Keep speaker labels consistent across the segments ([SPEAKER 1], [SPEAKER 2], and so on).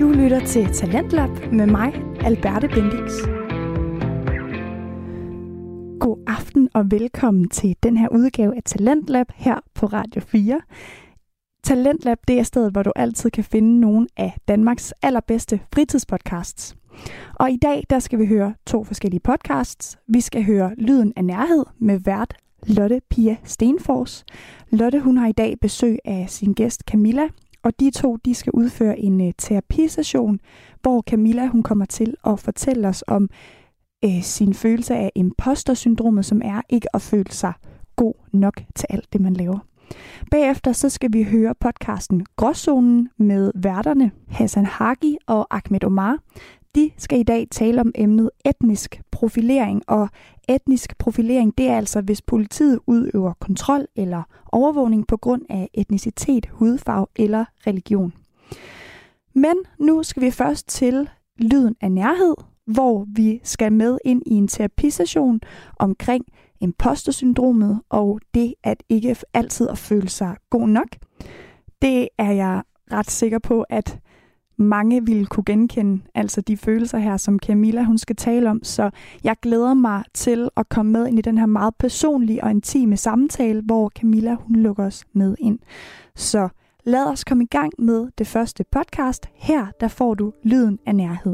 [SPEAKER 1] Du lytter til Talentlab med mig, Alberte Bendix. God aften og velkommen til den her udgave af Talentlab her på Radio 4. Talentlab, det er stedet, hvor du altid kan finde nogle af Danmarks allerbedste fritidspodcasts. Og i dag, der skal vi høre 2 forskellige podcasts. Vi skal høre Lyden af Nærhed med vært Lotte Pia Stenfors. Lotte, hun har i dag besøg af sin gæst Camilla, og de 2, de skal udføre en terapisession, hvor Camilla, hun kommer til at fortælle os om sin følelse af imposter-syndromet, som er ikke at føle sig god nok til alt det, man laver. Bagefter så skal vi høre podcasten Gråzonen med værterne Hassan Hagi og Ahmed Omar. De skal i dag tale om emnet etnisk profilering, og etnisk profilering, det er altså, hvis politiet udøver kontrol eller overvågning på grund af etnicitet, hudfarve eller religion. Men nu skal vi først til Lyden af Nærhed, hvor vi skal med ind i en terapisession omkring imposter-syndromet og det at ikke altid at føle sig god nok. Det er jeg ret sikker på, at mange vil kunne genkende, altså de følelser her, som Camilla hun skal tale om. Så jeg glæder mig til at komme med ind i den her meget personlige og intime samtale, hvor Camilla hun lukker os med ind. Så lad os komme i gang med det første podcast. Her der får du Lyden af Nærhed.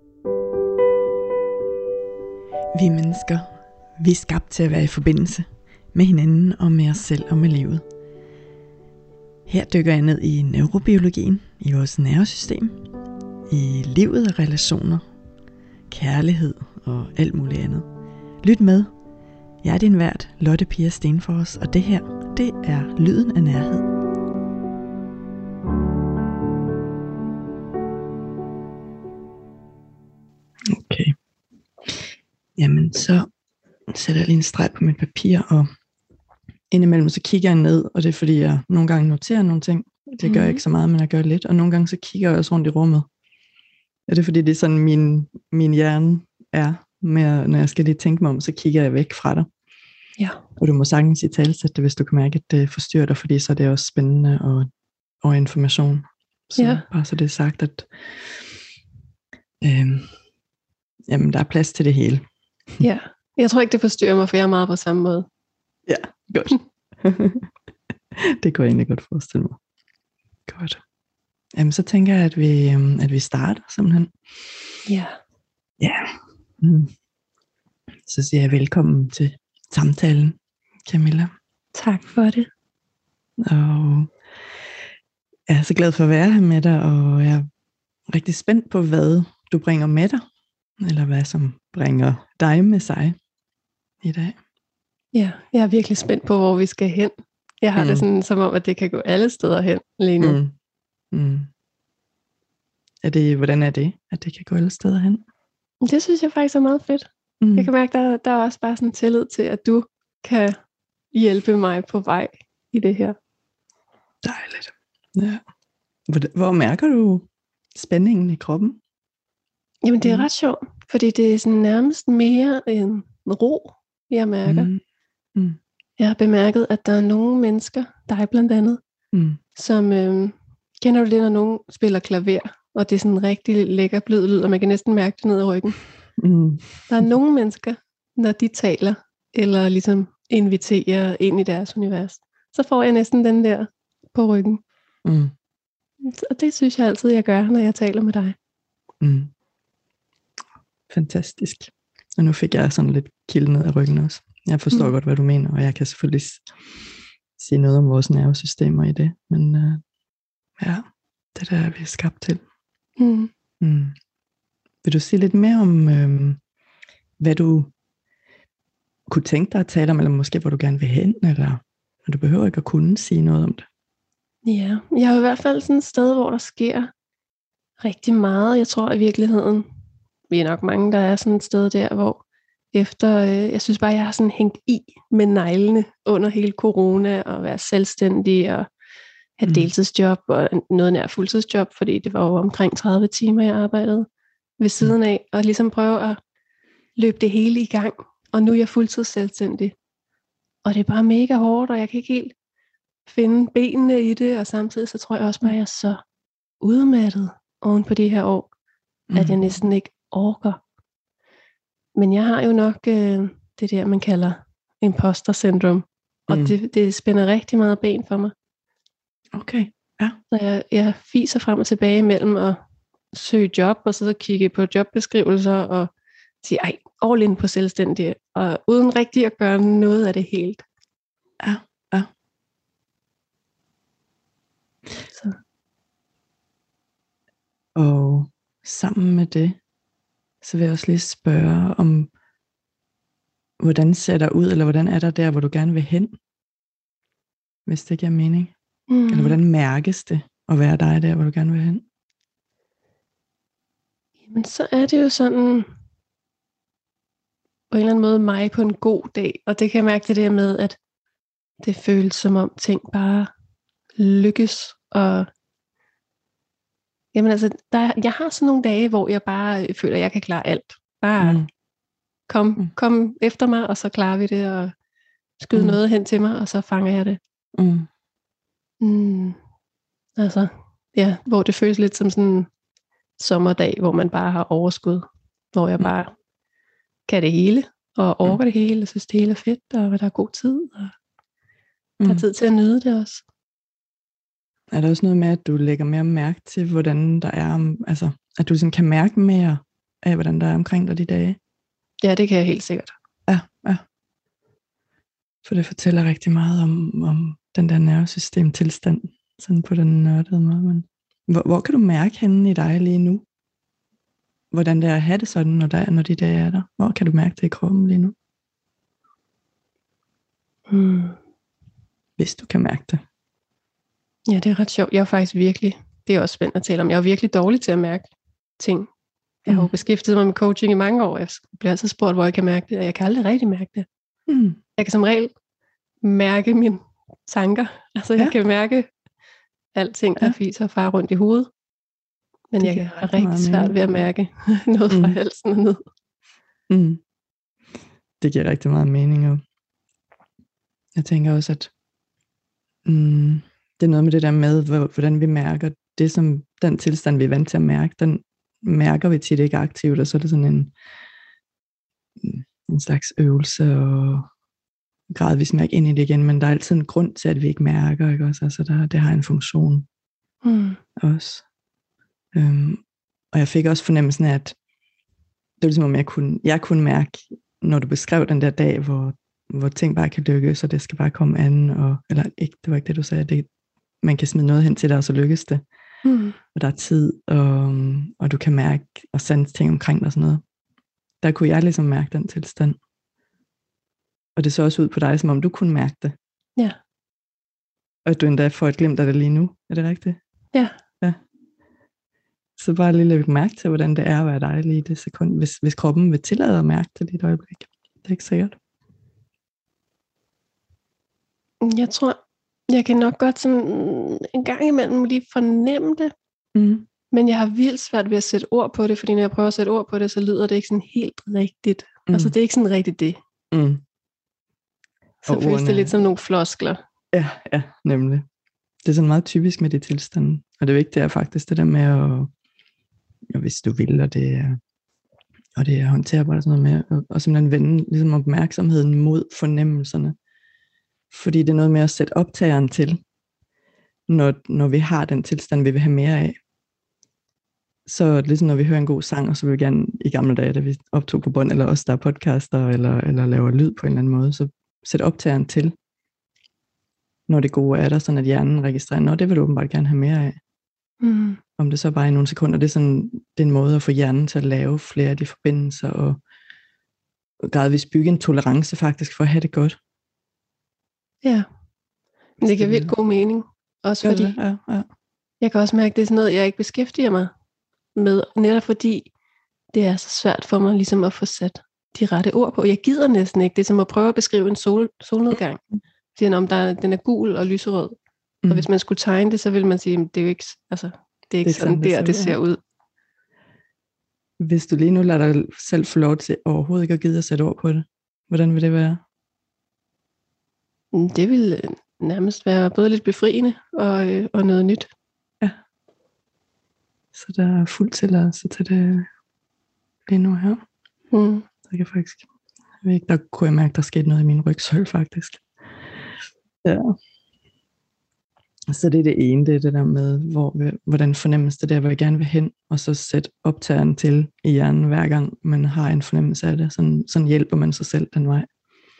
[SPEAKER 2] Vi mennesker, vi er skabt til at være i forbindelse med hinanden og med os selv og med livet. Her dykker jeg ned i neurobiologien, i vores nervesystem, i livet og relationer, kærlighed og alt muligt andet. Lyt med. Jeg er din vært, Lotte Pia Stenfors, og det her, det er Lyden af Nærhed. Okay. Jamen, så sætter jeg lige en streg på mit papir, og indimellem så kigger jeg ned, og det er fordi, jeg nogle gange noterer nogle ting. Det gør jeg ikke så meget, men jeg gør lidt. Og nogle gange så kigger jeg også rundt i rummet. Og det er fordi, det er sådan, min hjerne er. Med, når jeg skal lige tænke mig om, så kigger jeg væk fra dig.
[SPEAKER 1] Ja.
[SPEAKER 2] Og du må sagtens i talsætte det, hvis du kan mærke, at det forstyrrer dig, fordi så er det også spændende og information. Så bare så det er sagt, at jamen, der er plads til det hele.
[SPEAKER 3] Ja, jeg tror ikke, det forstyrrer mig, for jeg er meget på samme måde.
[SPEAKER 2] Ja, godt. Det kunne jeg egentlig godt forestille mig. Godt. Jamen, så tænker jeg, at vi starter simpelthen.
[SPEAKER 3] Ja.
[SPEAKER 2] Ja. Så siger jeg velkommen til samtalen, Camilla.
[SPEAKER 3] Tak for det.
[SPEAKER 2] Og jeg er så glad for at være her med dig, og jeg er rigtig spændt på, hvad du bringer med dig, eller hvad som bringer dig med sig i dag.
[SPEAKER 3] Ja, jeg er virkelig spændt på, hvor vi skal hen. Jeg har det sådan, som om, at det kan gå alle steder hen lige nu.
[SPEAKER 2] Hvordan er det, at det kan gå alle steder hen?
[SPEAKER 3] Det synes jeg faktisk er meget fedt. Jeg kan mærke, der er også bare sådan tillid til, at du kan hjælpe mig på vej i det her.
[SPEAKER 2] Dejligt. Ja. Hvor mærker du spændingen i kroppen?
[SPEAKER 3] Jamen det er ret sjovt, fordi det er sådan nærmest mere en ro, jeg mærker. Jeg har bemærket, at der er nogle mennesker, dig blandt andet, som kender du det, når nogen spiller klaver, og det er sådan en rigtig lækker blød lyd, og man kan næsten mærke det ned ad ryggen. Der er nogle mennesker, når de taler, eller ligesom inviterer ind i deres univers, så får jeg næsten den der på ryggen. Og det synes jeg altid, jeg gør, når jeg taler med dig.
[SPEAKER 2] Fantastisk. Og nu fik jeg sådan lidt kilde ned af ryggen også. Jeg forstår godt, hvad du mener, og jeg kan selvfølgelig sige noget om vores nervesystemer i det. Men ja, det der er vi skabt til. Vil du sige lidt mere om, hvad du kunne tænke dig at tale om, eller måske hvor du gerne vil hen, eller du behøver ikke at kunne sige noget om det?
[SPEAKER 3] Ja, jeg er i hvert fald sådan et sted, hvor der sker rigtig meget. Jeg tror i virkeligheden, vi er nok mange, der er sådan et sted der, hvor jeg synes bare, jeg har sådan hængt i med neglene under hele corona, og være selvstændig, og have deltidsjob, og noget nær fuldtidsjob, fordi det var jo omkring 30 timer, jeg arbejdede ved siden af, og ligesom prøve at løbe det hele i gang, og nu er jeg fuldtids selvstændig. Og det er bare mega hårdt, og jeg kan ikke helt finde benene i det, og samtidig så tror jeg også bare, at jeg er så udmattet oven på de her år, at jeg næsten ikke orker. Men jeg har jo nok det der, man kalder imposter syndrome. Og det spænder rigtig meget ben for mig.
[SPEAKER 2] Okay, ja.
[SPEAKER 3] Så jeg fiser frem og tilbage mellem at søge job, og så kigge på jobbeskrivelser, og sige, all in på selvstændige, og uden rigtig at gøre noget af det helt.
[SPEAKER 2] Ja, ja.
[SPEAKER 3] Så.
[SPEAKER 2] Og sammen med det, så vil jeg også lige spørge om, hvordan ser der ud, eller hvordan er der der, hvor du gerne vil hen? Hvis det giver mening. Eller hvordan mærkes det at være dig der, hvor du gerne vil hen?
[SPEAKER 3] Jamen så er det jo sådan, på en eller anden måde mig på en god dag. Og det kan jeg mærke det der med, at det føles som om ting bare lykkes. Og jamen altså, jeg har sådan nogle dage, hvor jeg bare føler, at jeg kan klare alt. Bare kom efter mig, og så klarer vi det, og skyde noget hen til mig, og så fanger jeg det. Altså, ja, hvor det føles lidt som sådan en sommerdag, hvor man bare har overskud. Hvor jeg bare kan det hele, og orker det hele, og synes det hele er fedt, og der er god tid, og der er tid til at nyde det også.
[SPEAKER 2] Er der også noget med, at du lægger mere mærke til, hvordan der er, altså, at du ligesom kan mærke mere af, hvordan der er omkring dig de dage?
[SPEAKER 3] Ja, det kan jeg helt sikkert.
[SPEAKER 2] Ja. For det fortæller rigtig meget om den der nervesystemtilstand, sådan på den nørdede måde. Men hvor kan du mærke henne i dig lige nu? Hvordan det er at have det sådan, når de dage er der? Hvor kan du mærke det i kroppen lige nu? Hvis du kan mærke det.
[SPEAKER 3] Ja, det er ret sjovt. Jeg er faktisk virkelig, det er også spændende at tale om, jeg er virkelig dårlig til at mærke ting. Jeg har jo beskæftiget mig med coaching i mange år. Jeg bliver altid spurgt, hvor jeg kan mærke det, og jeg kan aldrig rigtig mærke det. Jeg kan som regel mærke mine tanker. Altså jeg kan mærke alting, der fiser og farer rundt i hovedet. Men jeg har rigtig svært ved at mærke noget fra halsen og ned.
[SPEAKER 2] Det giver rigtig meget mening. Og jeg tænker også, at det er noget med det der med, hvordan vi mærker det, som den tilstand, vi er vant til at mærke, den mærker vi tit ikke aktivt, og så er det sådan en slags øvelse, og gradvist mærke ind i det igen, men der er altid en grund til, at vi ikke mærker, ikke også? Altså det har en funktion også. Og jeg fik også fornemmelsen af, at det var ligesom om jeg kunne mærke, når du beskrev den der dag, hvor ting bare kan lykkes, og det skal bare komme an, eller ikke, det var ikke det du sagde, man kan smide noget hen til dig, og så lykkes det. Og der er tid, og du kan mærke og sanse ting omkring dig og sådan noget. Der kunne jeg ligesom mærke den tilstand. Og det så også ud på dig, som om du kunne mærke det.
[SPEAKER 3] Ja.
[SPEAKER 2] Og at du endda får et glimt af det lige nu. Er det rigtigt?
[SPEAKER 3] Ja.
[SPEAKER 2] Så bare lige lægge mærke til, hvordan det er at være dig lige i det sekund, hvis kroppen vil tillade at mærke det lige et øjeblik. Det er ikke sikkert.
[SPEAKER 3] Jeg tror, jeg kan nok godt sådan en gang imellem lige fornemme det. Men jeg har vildt svært ved at sætte ord på det, fordi når jeg prøver at sætte ord på det, så lyder det ikke sådan helt rigtigt. Altså det er ikke sådan rigtigt det. Så føles det lidt som nogle floskler.
[SPEAKER 2] Ja, nemlig. Det er sådan meget typisk med de tilstande. Og det vigtige er faktisk det der med at hvis du vil, og det er håndterbart og sådan noget med, og simpelthen vende ligesom opmærksomheden mod fornemmelserne. Fordi det er noget med at sætte optageren til, når vi har den tilstand, vi vil have mere af. Så ligesom når vi hører en god sang, og så vil vi gerne i gamle dage, da vi optog på bånd, eller også der er podcaster, eller laver lyd på en eller anden måde, så sæt optageren til, når det gode er der, sådan at hjernen registrerer, det vil du åbenbart gerne have mere af. Om det så bare i nogle sekunder, det er en måde at få hjernen til at lave flere af de forbindelser, og gradvist bygge en tolerance faktisk for at have det godt.
[SPEAKER 3] Ja, men det giver vildt god mening. Også fordi, jeg kan også mærke, det er sådan noget, jeg ikke beskæftiger mig med, netop fordi det er så svært for mig ligesom at få sat de rette ord på. Jeg gider næsten ikke. Det er som at prøve at beskrive en solnedgang. Fordi om den er gul og lyserød. Og hvis man skulle tegne det, så ville man sige, det er jo ikke, altså, det er ikke sådan der, det ser ud.
[SPEAKER 2] Hvis du lige nu lader dig selv få lov til overhovedet ikke at gide at sætte ord på det, hvordan vil det være?
[SPEAKER 3] Det vil nærmest være både lidt befriende og noget nyt.
[SPEAKER 2] Ja. Så der er fuld tilladelse til det lige nu her. Der kan faktisk, jeg ved ikke, der kunne jeg mærke, der skete noget i min rygsøjle faktisk. Ja. Så det er det ene, det er det der med, hvordan fornemmes det der, hvor jeg gerne vil hen, og så sætte optageren til i hjernen, hver gang man har en fornemmelse af det. Sådan hjælper man sig selv den vej.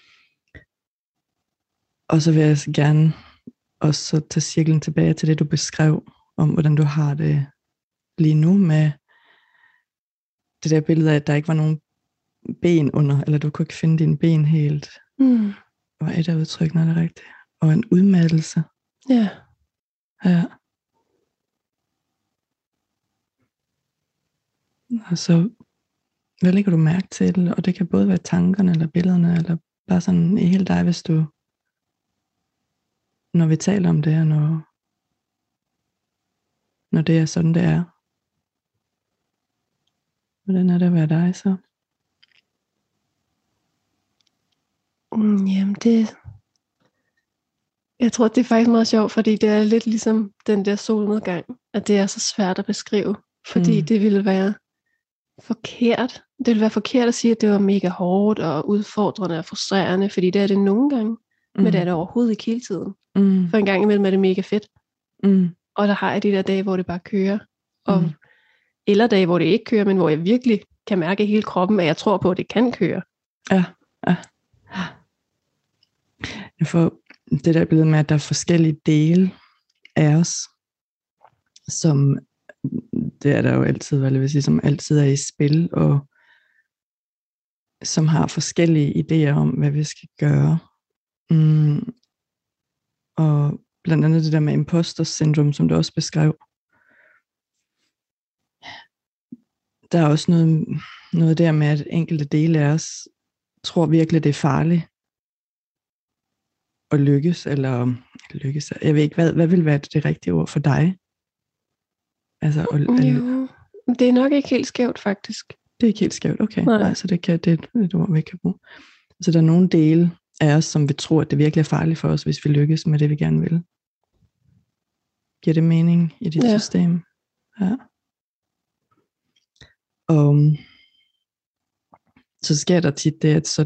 [SPEAKER 2] Og så vil jeg gerne også tage cirklen tilbage til det, du beskrev, om hvordan du har det lige nu med det der billede af, at der ikke var nogen ben under, eller du kunne ikke finde dine ben helt. Var et af udtrykkene, er det rigtigt? Og en udmattelse.
[SPEAKER 3] Ja.
[SPEAKER 2] Ja. Og så, hvad lægger du mærke til? Og det kan både være tankerne, eller billederne, eller bare sådan i hele dig, hvis du, når vi taler om det, og når det er sådan, det er. Hvordan er det at være dig så?
[SPEAKER 3] Jamen jeg tror, det er faktisk meget sjovt, fordi det er lidt ligesom den der solnedgang, at det er så svært at beskrive, fordi det ville være forkert. Det ville være forkert at sige, at det var mega hårdt og udfordrende og frustrerende, fordi det er det nogle gange, men det er det overhovedet ikke hele tiden. For en gang imellem er det mega fedt. Og der har jeg de der dage, hvor det bare kører, eller dage, hvor det ikke kører, men hvor jeg virkelig kan mærke i hele kroppen, at jeg tror på, at det kan køre.
[SPEAKER 2] Ja. Jeg får det der billede med, at der er forskellige dele af os, som det er der jo altid, hvad jeg vil sige, som altid er i spil, og som har forskellige idéer om, hvad vi skal gøre. Og blandt andet det der med imposter syndrom, som du også beskrev. Der er også noget der med, at enkelte dele af os tror virkelig, det er farligt at lykkes, eller lykkes. Jeg ved ikke, hvad vil være det rigtige ord for dig? Altså,
[SPEAKER 3] jo, det er nok ikke helt skævt, faktisk.
[SPEAKER 2] Det er ikke helt skævt, okay. Nej, så det er et ord, vi kan bruge. Så der er nogle dele af os, som vi tror, at det virkelig er farligt for os, hvis vi lykkes med det, vi gerne vil. Giver det mening i dit system? Ja. Og så sker der tit det, at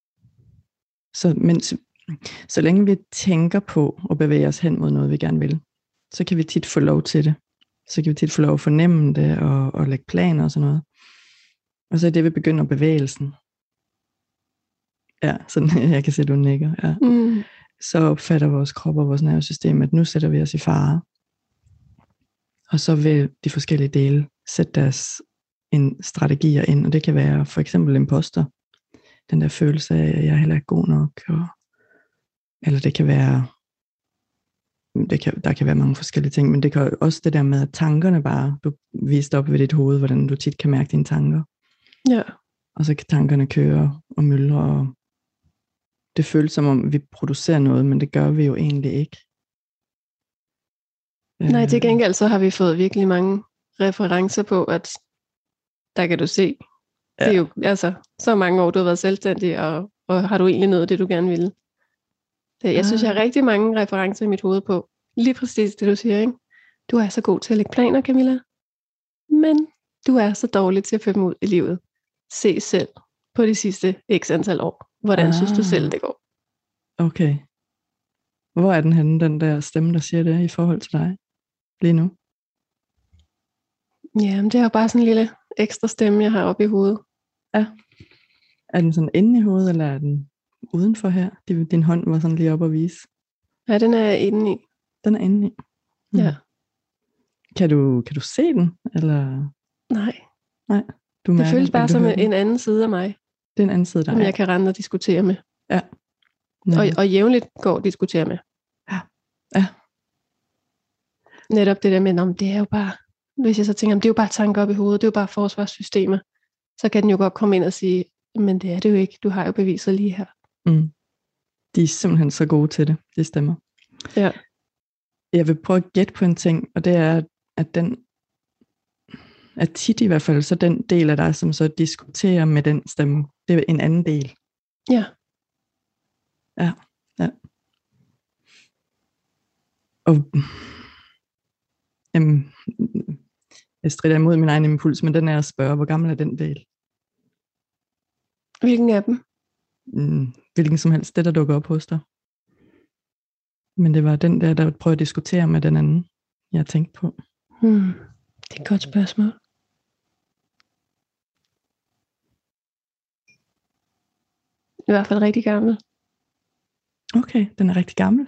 [SPEAKER 2] så længe vi tænker på at bevæge os hen mod noget, vi gerne vil, så kan vi tit få lov til det. Så kan vi tit få lov at fornemme det, og lægge planer og sådan noget. Og så er det, vi begynder bevægelsen. Ja, sådan jeg kan se, du nikker. Ja. Så opfatter vores krop og vores nervesystem, at nu sætter vi os i fare. Og så vil de forskellige dele sætte deres strategier ind, og det kan være for eksempel imposter. Den der følelse af, at jeg er heller ikke god nok. Eller det kan være, der kan være mange forskellige ting, men det kan også det der med, at tankerne bare, du viste op ved dit hoved, hvordan du tit kan mærke dine tanker.
[SPEAKER 3] Ja.
[SPEAKER 2] Og så kan tankerne køre og myldre, og det føles som om, vi producerer noget, men det gør vi jo egentlig ikke.
[SPEAKER 3] Nej, til gengæld så har vi fået virkelig mange referencer på, at der kan du se, det er jo altså så mange år, du har været selvstændig, og har du egentlig nået det, du gerne ville. Jeg synes, jeg har rigtig mange referencer i mit hoved på, lige præcis det, du siger, ikke? Du er så god til at lægge planer, Camilla, men du er så dårlig til at føre dem ud i livet. Se selv på de sidste x antal år. Hvordan synes du selv, det går?
[SPEAKER 2] Okay. Hvor er den henne, den der stemme, der siger det i forhold til dig lige nu?
[SPEAKER 3] Jamen, det er jo bare sådan en lille ekstra stemme, jeg har oppe i hovedet.
[SPEAKER 2] Ja. Er den sådan inde i hovedet, eller er den udenfor her? Din hånd var sådan lige oppe at vise.
[SPEAKER 3] Ja, den er inde i.
[SPEAKER 2] Den er inde i?
[SPEAKER 3] Ja.
[SPEAKER 2] Kan du se den? Eller?
[SPEAKER 3] Nej.
[SPEAKER 2] Du mærker,
[SPEAKER 3] det føles bare som en anden side af mig.
[SPEAKER 2] Det er en anden side af dig.
[SPEAKER 3] Som jeg kan rende og diskutere med.
[SPEAKER 2] Ja.
[SPEAKER 3] Og jævnligt går og diskutere med.
[SPEAKER 2] Ja.
[SPEAKER 3] Netop det der med, det er jo bare, hvis jeg så tænker, det er jo bare tanker op i hovedet, det er jo bare forsvarssystemer, så kan den jo godt komme ind og sige, men det er det jo ikke, du har jo beviser lige her.
[SPEAKER 2] De er simpelthen så gode til det, det stemmer.
[SPEAKER 3] Ja.
[SPEAKER 2] Jeg vil prøve at gætte på en ting, og det er, at tit i hvert fald, så den del af dig, som så diskuterer med den stemme, det er en anden del.
[SPEAKER 3] Ja.
[SPEAKER 2] Ja. Og Jeg strider imod min egen impuls, men den er at spørge, hvor gammel er den del?
[SPEAKER 3] Hvilken af dem?
[SPEAKER 2] Hvilken som helst, det der dukker op hos dig. Men det var den der prøvede at diskutere med den anden, jeg tænkte på.
[SPEAKER 3] Det er et godt spørgsmål. I hvert fald rigtig gammel.
[SPEAKER 2] Okay, den er rigtig gammel.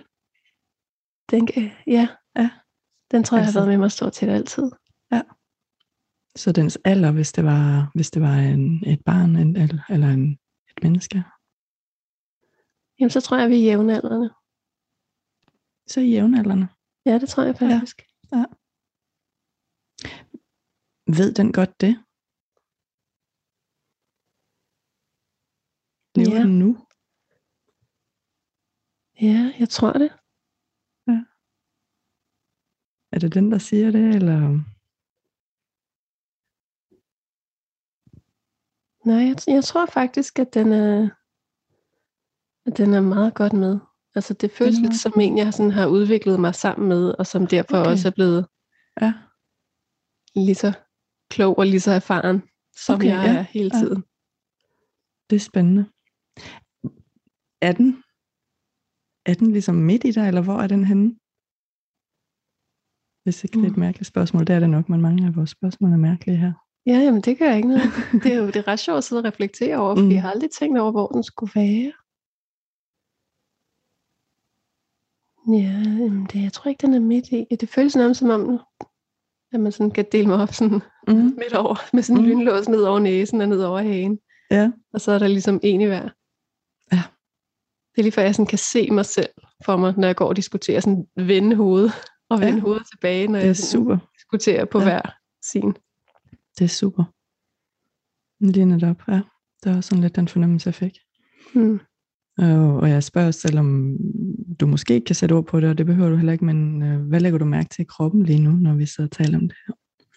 [SPEAKER 3] Ja. Den tror jeg har været med mig stort set altid.
[SPEAKER 2] Ja. Så dens alder, hvis det var et barn eller et menneske?
[SPEAKER 3] Jamen, så tror jeg, vi er jævnaldrende.
[SPEAKER 2] Så er I jævnaldrende?
[SPEAKER 3] Ja, det tror jeg faktisk.
[SPEAKER 2] Ja. Ved den godt det? Lever den nu?
[SPEAKER 3] Ja, jeg tror det.
[SPEAKER 2] Ja. Er det den, der siger det, eller?
[SPEAKER 3] Nej, jeg tror faktisk, at den er meget godt med. Altså det føles lidt som en, jeg sådan har udviklet mig sammen med, og som derfor også er blevet lige så klog og lige så erfaren, som jeg er hele tiden.
[SPEAKER 2] Det er spændende. Er den ligesom midt i dig, eller hvor er den henne? Hvis ikke det er et mærkeligt spørgsmål, det er det nok, men mange af vores spørgsmål er mærkelige her.
[SPEAKER 3] Ja, jamen det gør ikke noget. Det er jo det ret sjovt at sidde og reflektere over, fordi jeg har aldrig tænkt over, hvor den skulle være. Ja, jeg tror ikke, den er midt i. Det føles nærmest som om, at man sådan kan dele mig op sådan midt over, med sådan en lynlås ned over næsen og ned over hagen. Ja. Og så er der ligesom en i hver. Ja. Det er lige før, jeg sådan kan se mig selv for mig, når jeg går og diskuterer, sådan vende hovedet og vende hovedet tilbage, når jeg diskuterer på hver sin.
[SPEAKER 2] Det er super. Lige netop, ja. Det er også sådan lidt den fornemmelse, jeg fik. Og jeg spørger selv, om du måske ikke kan sætte ord på det, og det behøver du heller ikke, men hvad lægger du mærke til i kroppen lige nu, når vi sidder og taler om det her?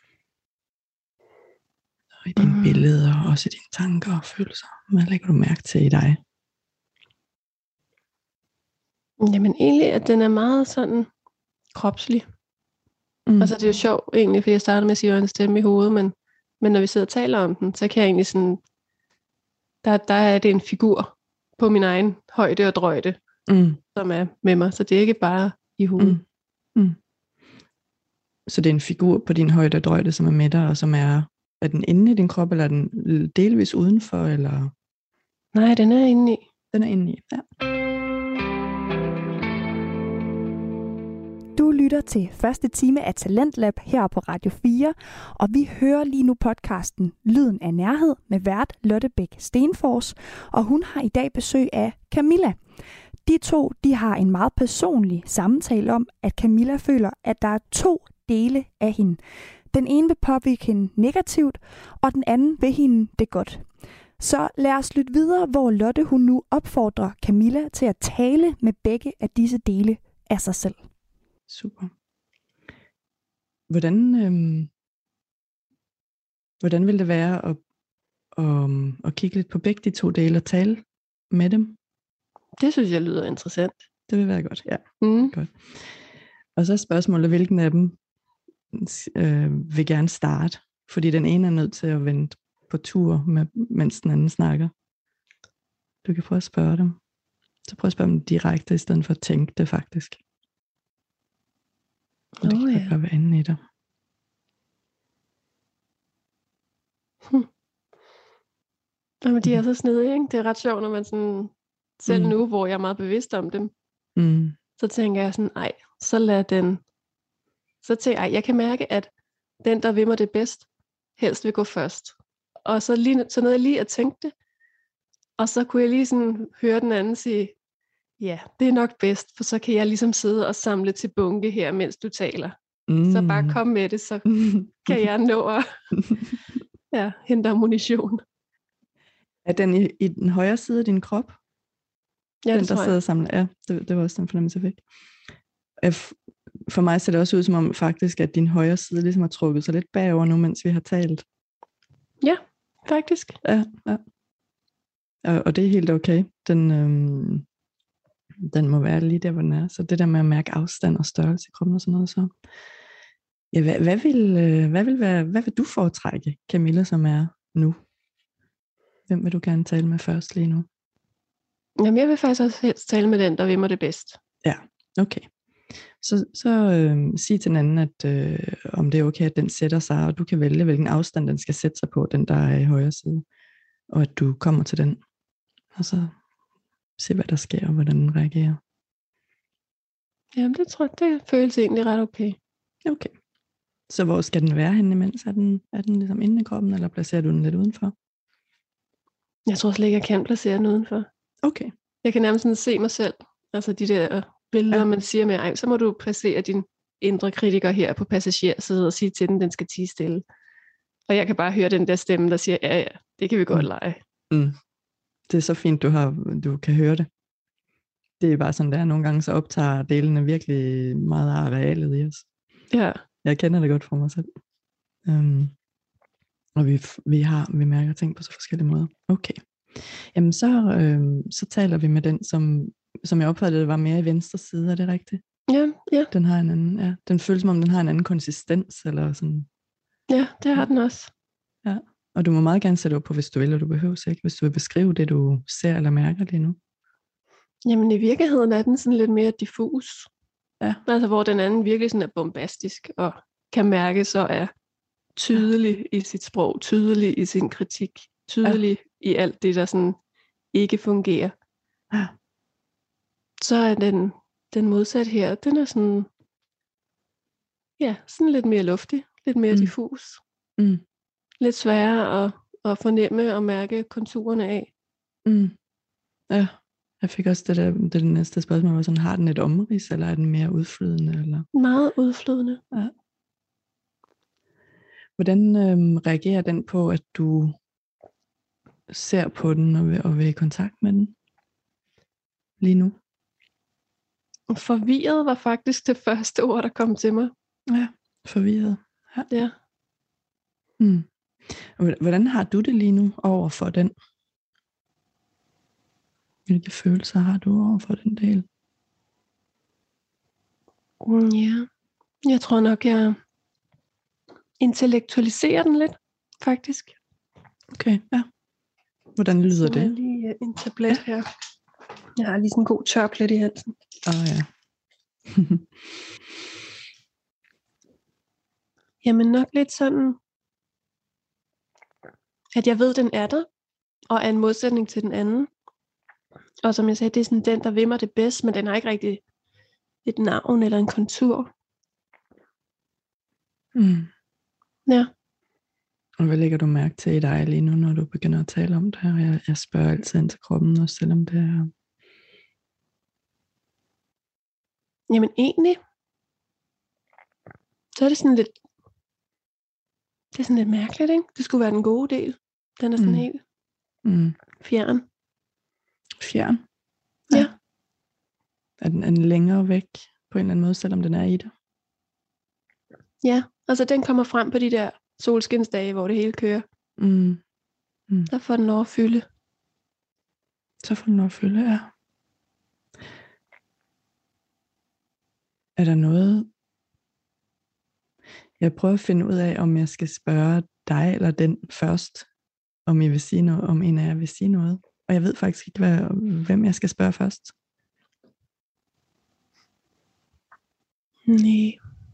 [SPEAKER 2] Og i dine billeder, og også i dine tanker og følelser. Hvad lægger du mærke til i dig?
[SPEAKER 3] Jamen egentlig, at den er meget sådan kropslig. Altså det er jo sjovt egentlig, fordi jeg startede med at sige, at jeg har en stemme i hovedet, men når vi sidder og taler om den, så kan jeg egentlig sådan, der er det en figur på min egen højde og drøjde, som er med mig, så det er ikke bare i hovedet.
[SPEAKER 2] Så det er en figur på din højde og drøjde, som er med dig, og som er den inde i din krop, eller er den delvis udenfor, eller?
[SPEAKER 3] Nej, den er inde i.
[SPEAKER 2] Den er inde i, ja.
[SPEAKER 1] Du lytter til første time af Talentlab her på Radio 4, og vi hører lige nu podcasten Lyden af Nærhed med vært Lotte Bæk Stenfors, og hun har i dag besøg af Camilla. De to har en meget personlig samtale om, at Camilla føler, at der er 2 dele af hende. Den ene vil påvirke hende negativt, og den anden vil hende det godt. Så lad os lytte videre, hvor Lotte hun nu opfordrer Camilla til at tale med begge af disse dele af sig selv.
[SPEAKER 2] Super. Hvordan vil det være at kigge lidt på begge de 2 dele og tale med dem?
[SPEAKER 3] Det synes jeg lyder interessant.
[SPEAKER 2] Det vil være godt, ja. Godt. Og så er spørgsmålet, hvilken af dem vil gerne starte? Fordi den ene er nødt til at vente på tur, mens den anden snakker. Du kan prøve at spørge dem. Så prøv at spørge dem direkte, i stedet for at tænke det faktisk. Og det kan bare være inde i dig.
[SPEAKER 3] Jamen, de er så snedige, ikke? Det er ret sjovt, når man sådan, selv nu, hvor jeg er meget bevidst om dem, så tænker jeg sådan, jeg kan mærke, at den, der vil mig det bedst, helst vil gå først. Og så nåede jeg lige at tænke det, og så kunne jeg lige sådan høre den anden sige, ja, det er nok bedst, for så kan jeg ligesom sidde og samle til bunke her, mens du taler. Så bare kom med det, så kan jeg nå at hente ammunition.
[SPEAKER 2] Er den i den højre side af din krop?
[SPEAKER 3] Ja,
[SPEAKER 2] den,
[SPEAKER 3] det
[SPEAKER 2] der
[SPEAKER 3] tror
[SPEAKER 2] sidder og samler. Ja, det var også den fornemmelse, jeg fik. For mig ser det også ud som om faktisk, at din højre side ligesom har trukket sig lidt bagover nu, mens vi har talt.
[SPEAKER 3] Ja, faktisk.
[SPEAKER 2] Ja. Og det er helt okay. Den må være lige der, hvor den er. Så det der med at mærke afstand og størrelse i kroppen og sådan noget, så Ja, hvad vil du foretrække, Camilla, som er nu? Hvem vil du gerne tale med først lige nu?
[SPEAKER 3] Jamen, jeg vil faktisk også helst tale med den, der vil mig det bedst.
[SPEAKER 2] Ja, okay. Så sig til den anden, at om det er okay, at den sætter sig, og du kan vælge, hvilken afstand den skal sætte sig på, den der er i højre side. Og at du kommer til den, og så se, hvad der sker, og hvordan den reagerer.
[SPEAKER 3] Jamen, det tror jeg, det føles egentlig ret okay.
[SPEAKER 2] Okay. Så hvor skal den være henne imens? Er den ligesom inde i kroppen, eller placerer du den lidt udenfor?
[SPEAKER 3] Jeg tror slet ikke, jeg kan placere den udenfor.
[SPEAKER 2] Okay.
[SPEAKER 3] Jeg kan nærmest sådan se mig selv. Altså de der billeder, man siger med, ej, så må du placere din indre kritiker her på passagersiden og sige til den skal tie stille. Og jeg kan bare høre den der stemme, der siger, ja, det kan vi godt lege.
[SPEAKER 2] Mm. Det er så fint, du kan høre det. Det er bare sådan, der nogle gange så optager delene virkelig meget af arealet i os.
[SPEAKER 3] Ja.
[SPEAKER 2] Jeg kender det godt fra mig selv. Og vi mærker ting på så forskellige måder. Okay. Jamen så taler vi med den, som jeg opfattede, var mere i venstre side, er det rigtigt?
[SPEAKER 3] Ja.
[SPEAKER 2] Den har en anden, ja. Den føles som om, den har en anden konsistens, eller sådan.
[SPEAKER 3] Ja, det har den også.
[SPEAKER 2] Ja, og du må meget gerne sætte op på, hvis du vil, og du behøver ikke, hvis du vil beskrive det, du ser eller mærker lige nu.
[SPEAKER 3] Jamen i virkeligheden er den sådan lidt mere diffus.
[SPEAKER 2] Ja.
[SPEAKER 3] Altså hvor den anden virkelig sådan er bombastisk, og kan mærke så er tydelig i sit sprog, tydelig i sin kritik, tydelig i alt det, der sådan ikke fungerer.
[SPEAKER 2] Ja. Så
[SPEAKER 3] er den modsat her, den er sådan, ja, sådan lidt mere luftig, lidt mere diffus.
[SPEAKER 2] Mm.
[SPEAKER 3] Lidt sværere at fornemme og mærke konturerne af.
[SPEAKER 2] Mm. Ja, jeg fik også det næste spørgsmål, var sådan, har den et omrids, eller er den mere udflydende? Eller?
[SPEAKER 3] Meget udflydende.
[SPEAKER 2] Ja. Hvordan reagerer den på, at du ser på den og vil i kontakt med den lige nu?
[SPEAKER 3] Forvirret var faktisk det første ord, der kom til mig.
[SPEAKER 2] Ja, forvirret.
[SPEAKER 3] Ja.
[SPEAKER 2] Mm. Hvordan har du det lige nu over for den? Hvilke følelser har du over for den del?
[SPEAKER 3] Ja, jeg tror nok, jeg intellektualiserer den lidt, faktisk.
[SPEAKER 2] Okay, ja. Hvordan lyder det?
[SPEAKER 3] Jeg har lige en tablet her. Jeg har lige sådan en god tørplet i halsen.
[SPEAKER 2] Ja.
[SPEAKER 3] Jamen nok lidt sådan, at jeg ved, den er der, og er en modsætning til den anden. Og som jeg sagde, det er sådan den, der vil mig det bedst, men den har ikke rigtig et navn eller en kontur.
[SPEAKER 2] Mm.
[SPEAKER 3] Ja.
[SPEAKER 2] Og hvad lægger du mærke til i dig lige nu, når du begynder at tale om det her? Jeg spørger altid ind til kroppen, også selvom det er...
[SPEAKER 3] Jamen egentlig, så er det sådan lidt, mærkeligt, ikke? Det skulle være den gode del. Den er sådan helt fjern.
[SPEAKER 2] Fjern?
[SPEAKER 3] Ja.
[SPEAKER 2] Er den længere væk på en eller anden måde, selvom den er i dig?
[SPEAKER 3] Ja, altså den kommer frem på de der solskinsdage, hvor det hele kører. Der får den lov at fylde.
[SPEAKER 2] Så får den lov at fylde, ja. Er der noget, jeg prøver at finde ud af, om jeg skal spørge dig eller den først, om I vil sige noget, om en af jer vil sige noget. Og jeg ved faktisk ikke, hvem jeg skal spørge først.
[SPEAKER 3] Nej.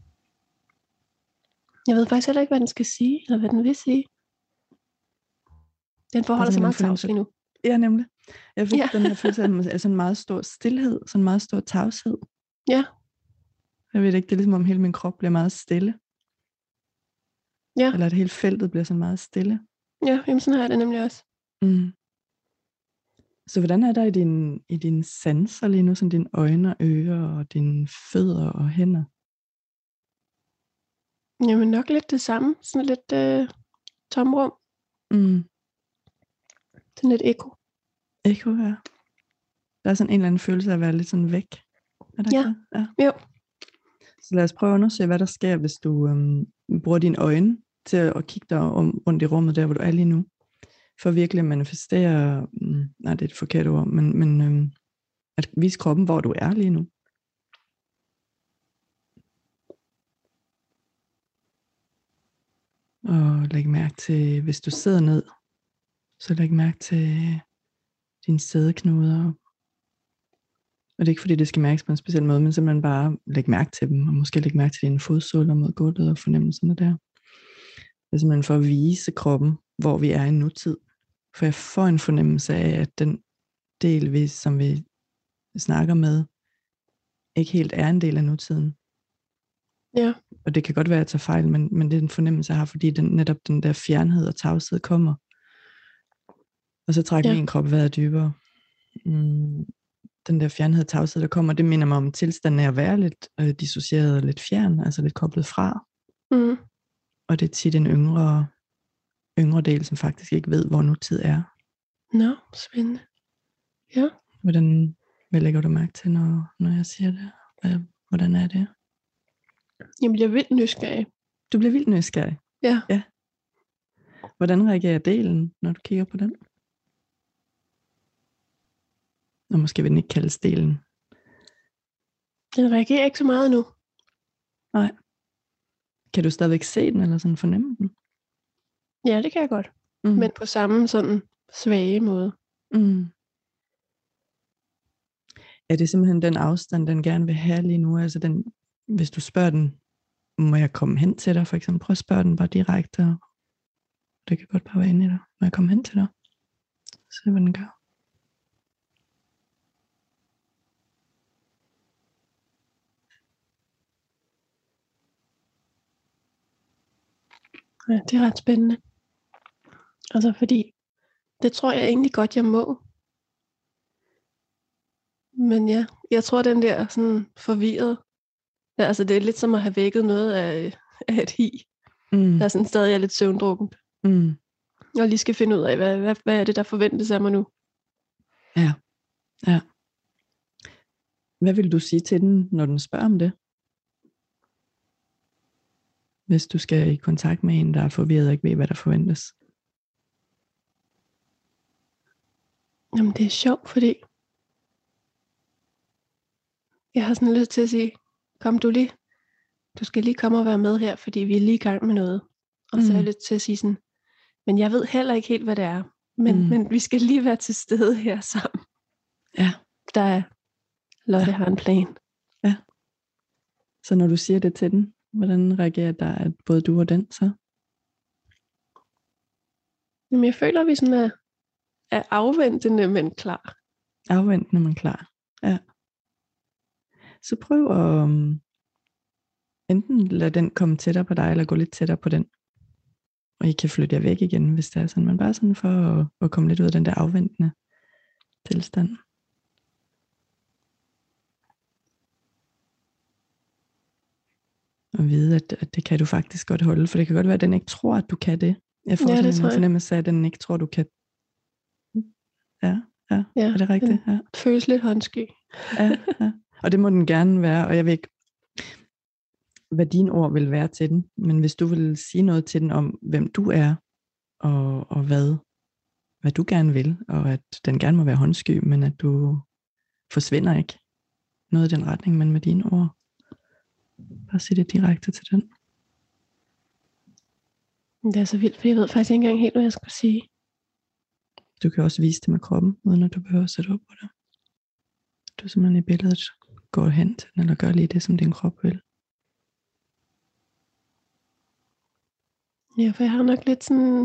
[SPEAKER 3] Jeg ved faktisk heller ikke, hvad den skal sige, eller hvad den vil sige. Den forholder sig meget tavs lige nu.
[SPEAKER 2] Ja, nemlig. Jeg fik den her følelse af sådan en meget stor stilhed, sådan en meget stor tavshed.
[SPEAKER 3] Ja.
[SPEAKER 2] Jeg ved ikke, det er ligesom om hele min krop bliver meget stille.
[SPEAKER 3] Ja.
[SPEAKER 2] Eller at hele feltet bliver sådan meget stille.
[SPEAKER 3] Ja, jamen sådan har jeg det nemlig også.
[SPEAKER 2] Så hvordan er der i dine sanser lige nu, sådan dine øjne og ører og dine fødder og hænder?
[SPEAKER 3] Jamen nok lidt det samme. Sådan lidt tomrum. Sådan lidt ekko.
[SPEAKER 2] Ekko, ja. Der er sådan en eller anden følelse af at være lidt sådan væk. Er der ikke det? Ja.
[SPEAKER 3] Jo.
[SPEAKER 2] Så lad os prøve at undersøge, hvad der sker, hvis du bruger dine øjne til at kigge dig rundt i rummet, der hvor du er lige nu. For virkelig at manifestere, nej det er et forkert ord, men at vise kroppen, hvor du er lige nu. Og læg mærke til, hvis du sidder ned, så læg mærke til dine sædeknuder. Og det er ikke fordi, det skal mærkes på en speciel måde, men simpelthen bare læg mærke til dem, og måske læg mærke til dine fodsåler mod gulvet og fornemmelserne der. Det er simpelthen for at vise kroppen, hvor vi er i nutid. For jeg får en fornemmelse af, at den del, som vi snakker med, ikke helt er en del af nutiden.
[SPEAKER 3] Ja. Og
[SPEAKER 2] det kan godt være, at jeg tager fejl, men det er en fornemmelse, jeg har, fordi netop den der fjernhed og tavshed kommer. Og så trækker min krop vejret dybere. Den der fjernhed og tavshed, der kommer, det minder mig om tilstanden af at være lidt dissocieret og lidt fjern, altså lidt koblet fra. Og det er tit en yngre del, som faktisk ikke ved, hvor nutid er.
[SPEAKER 3] Nå, spændende. Ja.
[SPEAKER 2] Hvad lægger du mærke til, når jeg siger det? Hvordan er det?
[SPEAKER 3] Jeg bliver vildt nysgerrig.
[SPEAKER 2] Du bliver vildt nysgerrig?
[SPEAKER 3] Ja.
[SPEAKER 2] Hvordan reagerer delen, når du kigger på den? Og måske vil den ikke kaldes delen.
[SPEAKER 3] Den reagerer ikke så meget nu.
[SPEAKER 2] Nej. Kan du stadigvæk se den, eller sådan fornemme den?
[SPEAKER 3] Ja, det kan jeg godt. Men på samme sådan svage måde.
[SPEAKER 2] Er det simpelthen den afstand, den gerne vil have lige nu? Altså hvis du spørger den, må jeg komme hen til dig? For eksempel, prøv at spørge den bare direkte. Det kan godt bare være inde i dig. Må jeg komme hen til dig? Se hvad den gør.
[SPEAKER 3] Ja, det er ret spændende. Altså fordi, det tror jeg egentlig godt, jeg må. Men ja, jeg tror den der sådan forvirret, ja, altså det er lidt som at have vækket noget af et hi, der sådan stadig er lidt søvndrukkent. Og lige skal finde ud af, hvad er det, der forventes af mig nu.
[SPEAKER 2] Ja. Hvad vil du sige til den, når den spørger om det? Hvis du skal i kontakt med en, der er forvirret og ikke ved, hvad der forventes.
[SPEAKER 3] Jamen det er sjovt, fordi jeg har sådan lyst til at sige, kom du skal lige komme og være med her, fordi vi er lige i gang med noget. Og så har jeg lyst til at sige sådan, men jeg ved heller ikke helt, hvad det er. Men vi skal lige være til stede her sammen.
[SPEAKER 2] Ja.
[SPEAKER 3] Der er Lotte har en plan.
[SPEAKER 2] Ja. Så når du siger det til den, hvordan reagerer der, at både du og den så?
[SPEAKER 3] Jamen jeg føler, at vi sådan er afventende, men klar.
[SPEAKER 2] Afventende, men klar. Ja. Så prøv at enten lade den komme tættere på dig, eller gå lidt tættere på den. Og I kan flytte jer væk igen, hvis det er sådan. Men bare sådan for at komme lidt ud af den der afventende tilstand. Og vide, at det kan du faktisk godt holde. For det kan godt være, at den ikke tror, at du kan det. Jeg får sådan en fornemmelse af, at den ikke tror, du kan. Ja. Er det rigtigt? Ja.
[SPEAKER 3] Føles lidt håndsky.
[SPEAKER 2] Ja. Og det må den gerne være. Og jeg ved ikke, hvad dine ord vil være til den. Men hvis du vil sige noget til den om, hvem du er, og hvad du gerne vil, og at den gerne må være håndsky, men at du forsvinder ikke noget i den retning, men med dine ord. Bare sig det direkte til den.
[SPEAKER 3] Det er så vildt, for jeg ved faktisk ikke engang helt, hvad jeg skal sige.
[SPEAKER 2] Du kan også vise det med kroppen, uden at du behøver at sætte op på det. Du simpelthen i billedet går hen til den, eller gør lige det, som din krop vil.
[SPEAKER 3] Ja, for jeg har nok lidt sådan...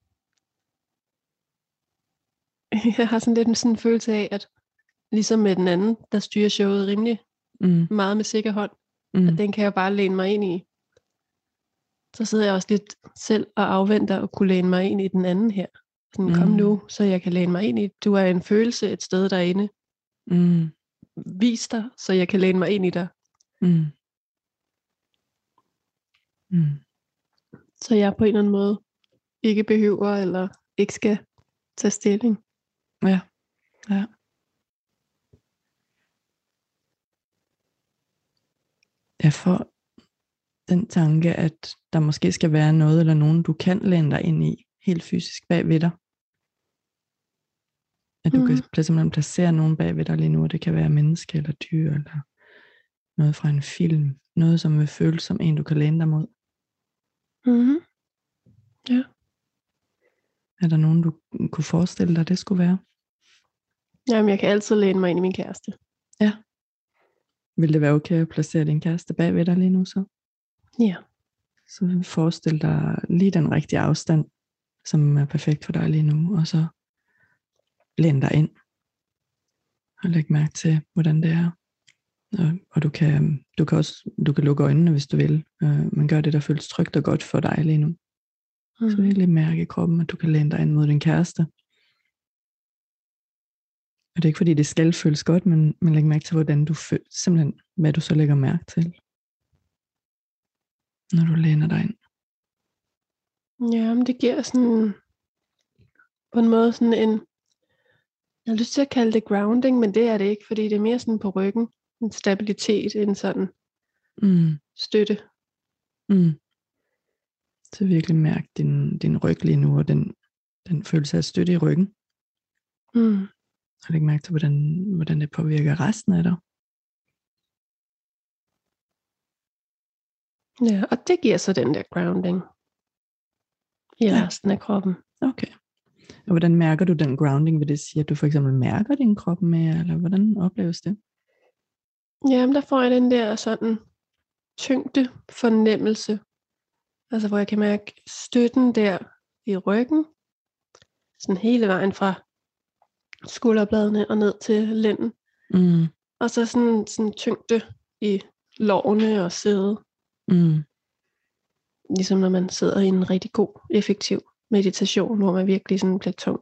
[SPEAKER 3] Jeg har sådan lidt sådan en følelse af, at ligesom med den anden, der styrer showet rimelig meget med sikker hånd, at den kan jeg bare læne mig ind i. Så sidder jeg også lidt selv og afventer at kunne læne mig ind i den anden her. Sådan, kom nu, så jeg kan læne mig ind i. Du er en følelse et sted derinde. Vis dig, så jeg kan læne mig ind i dig. Så jeg på en eller anden måde ikke behøver, eller ikke skal tage stilling.
[SPEAKER 2] Ja. Jeg får den tanke, at der måske skal være noget eller nogen, du kan læne dig ind i, helt fysisk bag ved dig. At du kan simpelthen placere nogen bag ved dig lige nu, og det kan være menneske eller dyr, eller noget fra en film. Noget, som vil føles som en, du kan læne dig mod.
[SPEAKER 3] Ja.
[SPEAKER 2] Er der nogen, du kunne forestille dig, det skulle være?
[SPEAKER 3] Jamen, jeg kan altid læne mig ind i min kæreste.
[SPEAKER 2] Ja. Vil det være okay at placere din kæreste bag ved dig lige nu så?
[SPEAKER 3] Ja.
[SPEAKER 2] Så forestil dig lige den rigtige afstand, som er perfekt for dig lige nu, og så læn dig ind. Og læg mærke til, hvordan det er. Og du kan lukke øjnene, hvis du vil, men gør det, der føles trygt og godt for dig lige nu. Så virkelig mærke i kroppen, at du kan læne dig ind mod din kæreste. Og det er ikke fordi, det skal føles godt, men læg mærke til, hvordan du simpelthen, hvad du så lægger mærke til, når du læner dig ind.
[SPEAKER 3] Ja, men det giver sådan, på en måde sådan en, jeg har lyst til at kalde det grounding, men det er det ikke, fordi det er mere sådan på ryggen, en stabilitet, en sådan støtte.
[SPEAKER 2] Så virkelig mærk din ryg lige nu, og den følelse af støtte i ryggen. Og læg mærke til, hvordan det påvirker resten af dig.
[SPEAKER 3] Ja, og det giver så den der grounding i resten af kroppen.
[SPEAKER 2] Okay. Og hvordan mærker du den grounding? Vil det sige, at du for eksempel mærker din krop mere, eller hvordan opleves det?
[SPEAKER 3] Jamen, der får jeg den der sådan tyngde fornemmelse. Altså, hvor jeg kan mærke støtten der i ryggen. Sådan hele vejen fra skulderbladene og ned til lænden. Og så sådan tyngde i lårene og sædet. Ligesom når man sidder i en rigtig god, effektiv meditation, hvor man virkelig sådan bliver tung.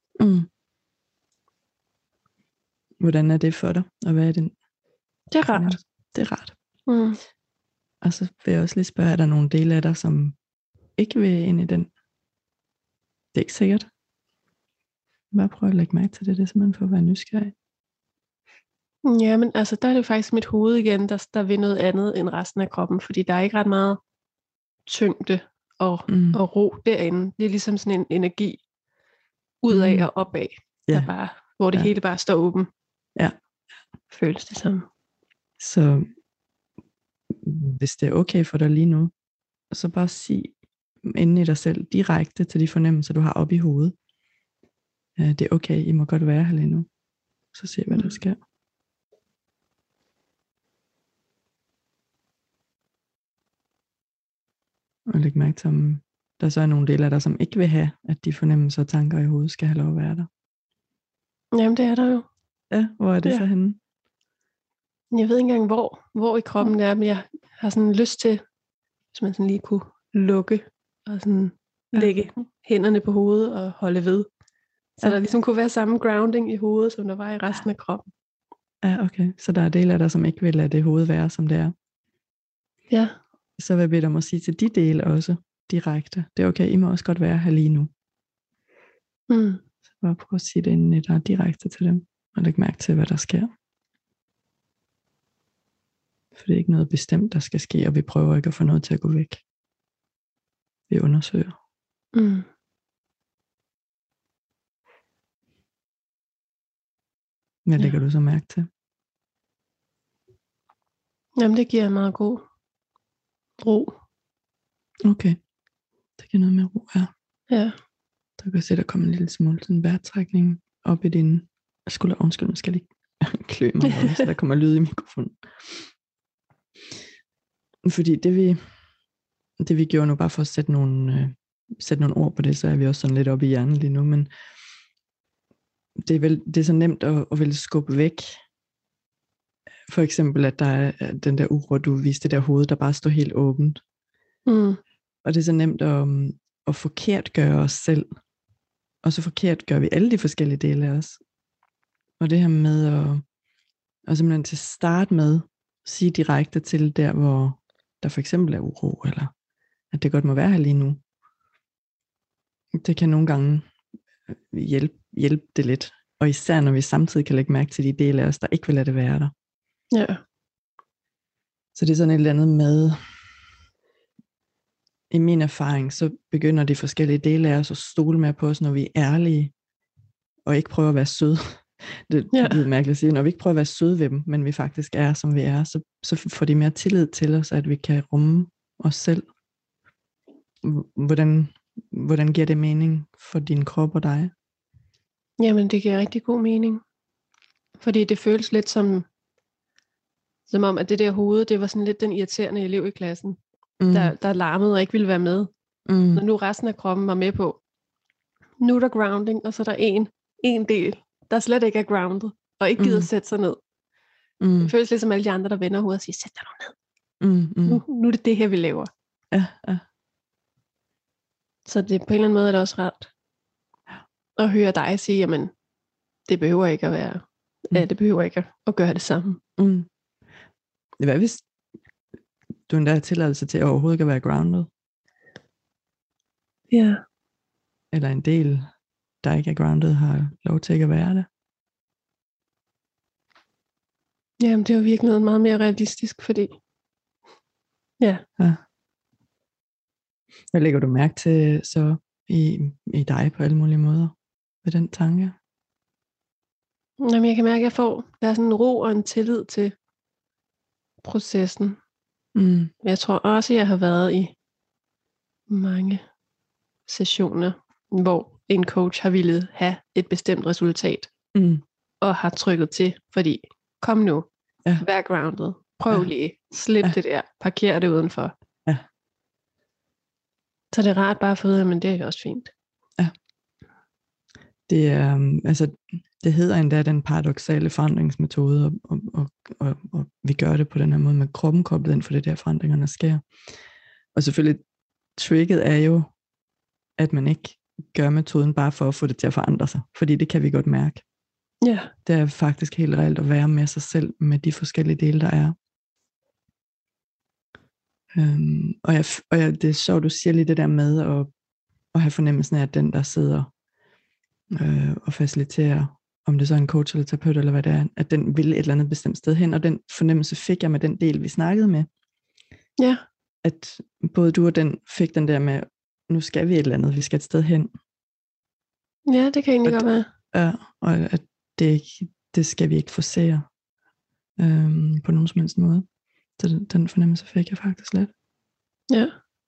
[SPEAKER 2] Hvordan er det for dig? Og hvad er det?
[SPEAKER 3] Det er rart.
[SPEAKER 2] Det er rart. Og så vil jeg også lige spørge, er der nogle dele af dig, som ikke vil ind i den? Det er ikke sikkert. Bare prøv at lægge mærke til det. Det er simpelthen for at være nysgerrig.
[SPEAKER 3] Ja, men altså, der er det faktisk mit hoved igen, der vil noget andet end resten af kroppen, fordi der er ikke ret meget tyngde og ro derinde. Det er ligesom sådan en energi udad og opad, der bare, hvor det hele bare står åben.
[SPEAKER 2] Ja.
[SPEAKER 3] Føles det som.
[SPEAKER 2] Så hvis det er okay for dig lige nu, så bare sig inde i dig selv direkte til de fornemmelser, du har oppe i hovedet. Det er okay, I må godt være her lige nu. Så se, hvad der sker. Og læg mærke til, om der så er nogle dele af dig, som ikke vil have, at de fornemmelser og tanker i hovedet skal have lov at være der.
[SPEAKER 3] Jamen, det er der jo.
[SPEAKER 2] Ja, hvor er det så henne?
[SPEAKER 3] Jeg ved ikke engang, hvor i kroppen det er, men jeg har sådan lyst til, hvis man sådan lige kunne lukke og sådan lægge hænderne på hovedet og holde ved. Så der ligesom kunne være samme grounding i hovedet, som der var i resten af kroppen.
[SPEAKER 2] Ja, okay. Så der er dele af dig, som ikke vil lade det hoved være, som det er.
[SPEAKER 3] Ja.
[SPEAKER 2] Så vil jeg bede dig om at sige til de dele også direkte. Det er okay, I må også godt være her lige nu. Så bare prøv at sige det inden I der direkte til dem. Og læg mærke til, hvad der sker. For det er ikke noget bestemt, der skal ske, og vi prøver ikke at få noget til at gå væk. Vi undersøger. Hvad lægger du så mærke til?
[SPEAKER 3] Jamen, det giver meget god ro.
[SPEAKER 2] Okay. Det giver noget med ro her.
[SPEAKER 3] Ja.
[SPEAKER 2] Så kan jeg se, der kommer en lille smule sådan vejrtrækning op i din skulder. Undskyld, man skal lige klø mig, så der kommer lyd i mikrofonen. Fordi det vi gjorde nu, bare for at sætte nogle ord på det, så er vi også sådan lidt oppe i hjernen lige nu, men det er så nemt at ville skubbe væk. For eksempel, at der er den der uro, du viste det der hoved, der bare står helt åbent. Og det er så nemt at forkert gøre os selv. Og så forkert gør vi alle de forskellige dele af os. Og det her med at simpelthen til start med sige direkte til der, hvor der for eksempel er uro, eller at det godt må være her lige nu. Det kan nogle gange hjælpe det lidt. Og især når vi samtidig kan lægge mærke til de dele af os, der ikke vil lade det være der.
[SPEAKER 3] Ja.
[SPEAKER 2] Så det er sådan et eller andet med, i min erfaring, så begynder de forskellige dele af os at stole mere på os, når vi er ærlige, og ikke prøver at være søde. Det er mærkeligt at sige, når vi ikke prøver at være søde ved dem, men vi faktisk er, som vi er, så får de mere tillid til os, at vi kan rumme os selv. Hvordan hvordan giver det mening for din krop og dig?
[SPEAKER 3] Jamen, det giver rigtig god mening. Fordi det føles lidt som om, at det der hoved, det var sådan lidt den irriterende elev i klassen, der larmede og ikke ville være med. Når nu resten af kroppen var med på, nu er der grounding, og så er der en del, der slet ikke er grounded, og ikke gider sætte sig ned. Det føles lidt som alle de andre, der vender hovedet og siger, sæt dig nu ned. Nu er det her, vi laver.
[SPEAKER 2] Ja.
[SPEAKER 3] Så det, på en eller anden måde er det også rart at høre dig sige, jamen, det behøver ikke at være, det behøver ikke at gøre det samme.
[SPEAKER 2] Hvad hvis du endda har tilladelse til at overhovedet ikke at være grounded?
[SPEAKER 3] Ja.
[SPEAKER 2] Eller en del, der ikke er grounded, har lov til ikke at være det?
[SPEAKER 3] Jamen, det er jo virkelig noget meget mere realistisk, fordi ja.
[SPEAKER 2] Hvad lægger du mærke til så i dig på alle mulige måder ved den tanke?
[SPEAKER 3] Jamen, jeg kan mærke, at der er sådan en ro og en tillid til processen. Jeg tror også, jeg har været i mange sessioner, hvor en coach har ville have et bestemt resultat, og har trykket til, fordi kom nu, vær grounded, prøv lige, slip det der, parker det udenfor. Så det er rart bare at få at vide, men det er jo også fint.
[SPEAKER 2] Ja. Det er, det hedder endda den paradoksale forandringsmetode, og vi gør det på den her måde med kroppen koblet ind for det der forandringerne sker. Og selvfølgelig, tricket er jo, at man ikke gør metoden bare for at få det til at forandre sig, fordi det kan vi godt mærke.
[SPEAKER 3] Ja.
[SPEAKER 2] Det er faktisk helt reelt at være med sig selv, med de forskellige dele, der er. Det er sjovt, du siger lige det der med at have fornemmelsen af, at den, der sidder og faciliterer, om det så er en coach eller terapeut eller hvad det er, at den vil et eller andet bestemt sted hen, og den fornemmelse fik jeg med den del, vi snakkede med.
[SPEAKER 3] Ja.
[SPEAKER 2] At både du og den fik den der med, nu skal vi et eller andet, vi skal et sted hen.
[SPEAKER 3] Ja, det kan egentlig godt være.
[SPEAKER 2] Ja, og at det skal vi ikke forsere på nogen som helst måde. Så den fornemmelse fik jeg faktisk lidt.
[SPEAKER 3] Ja.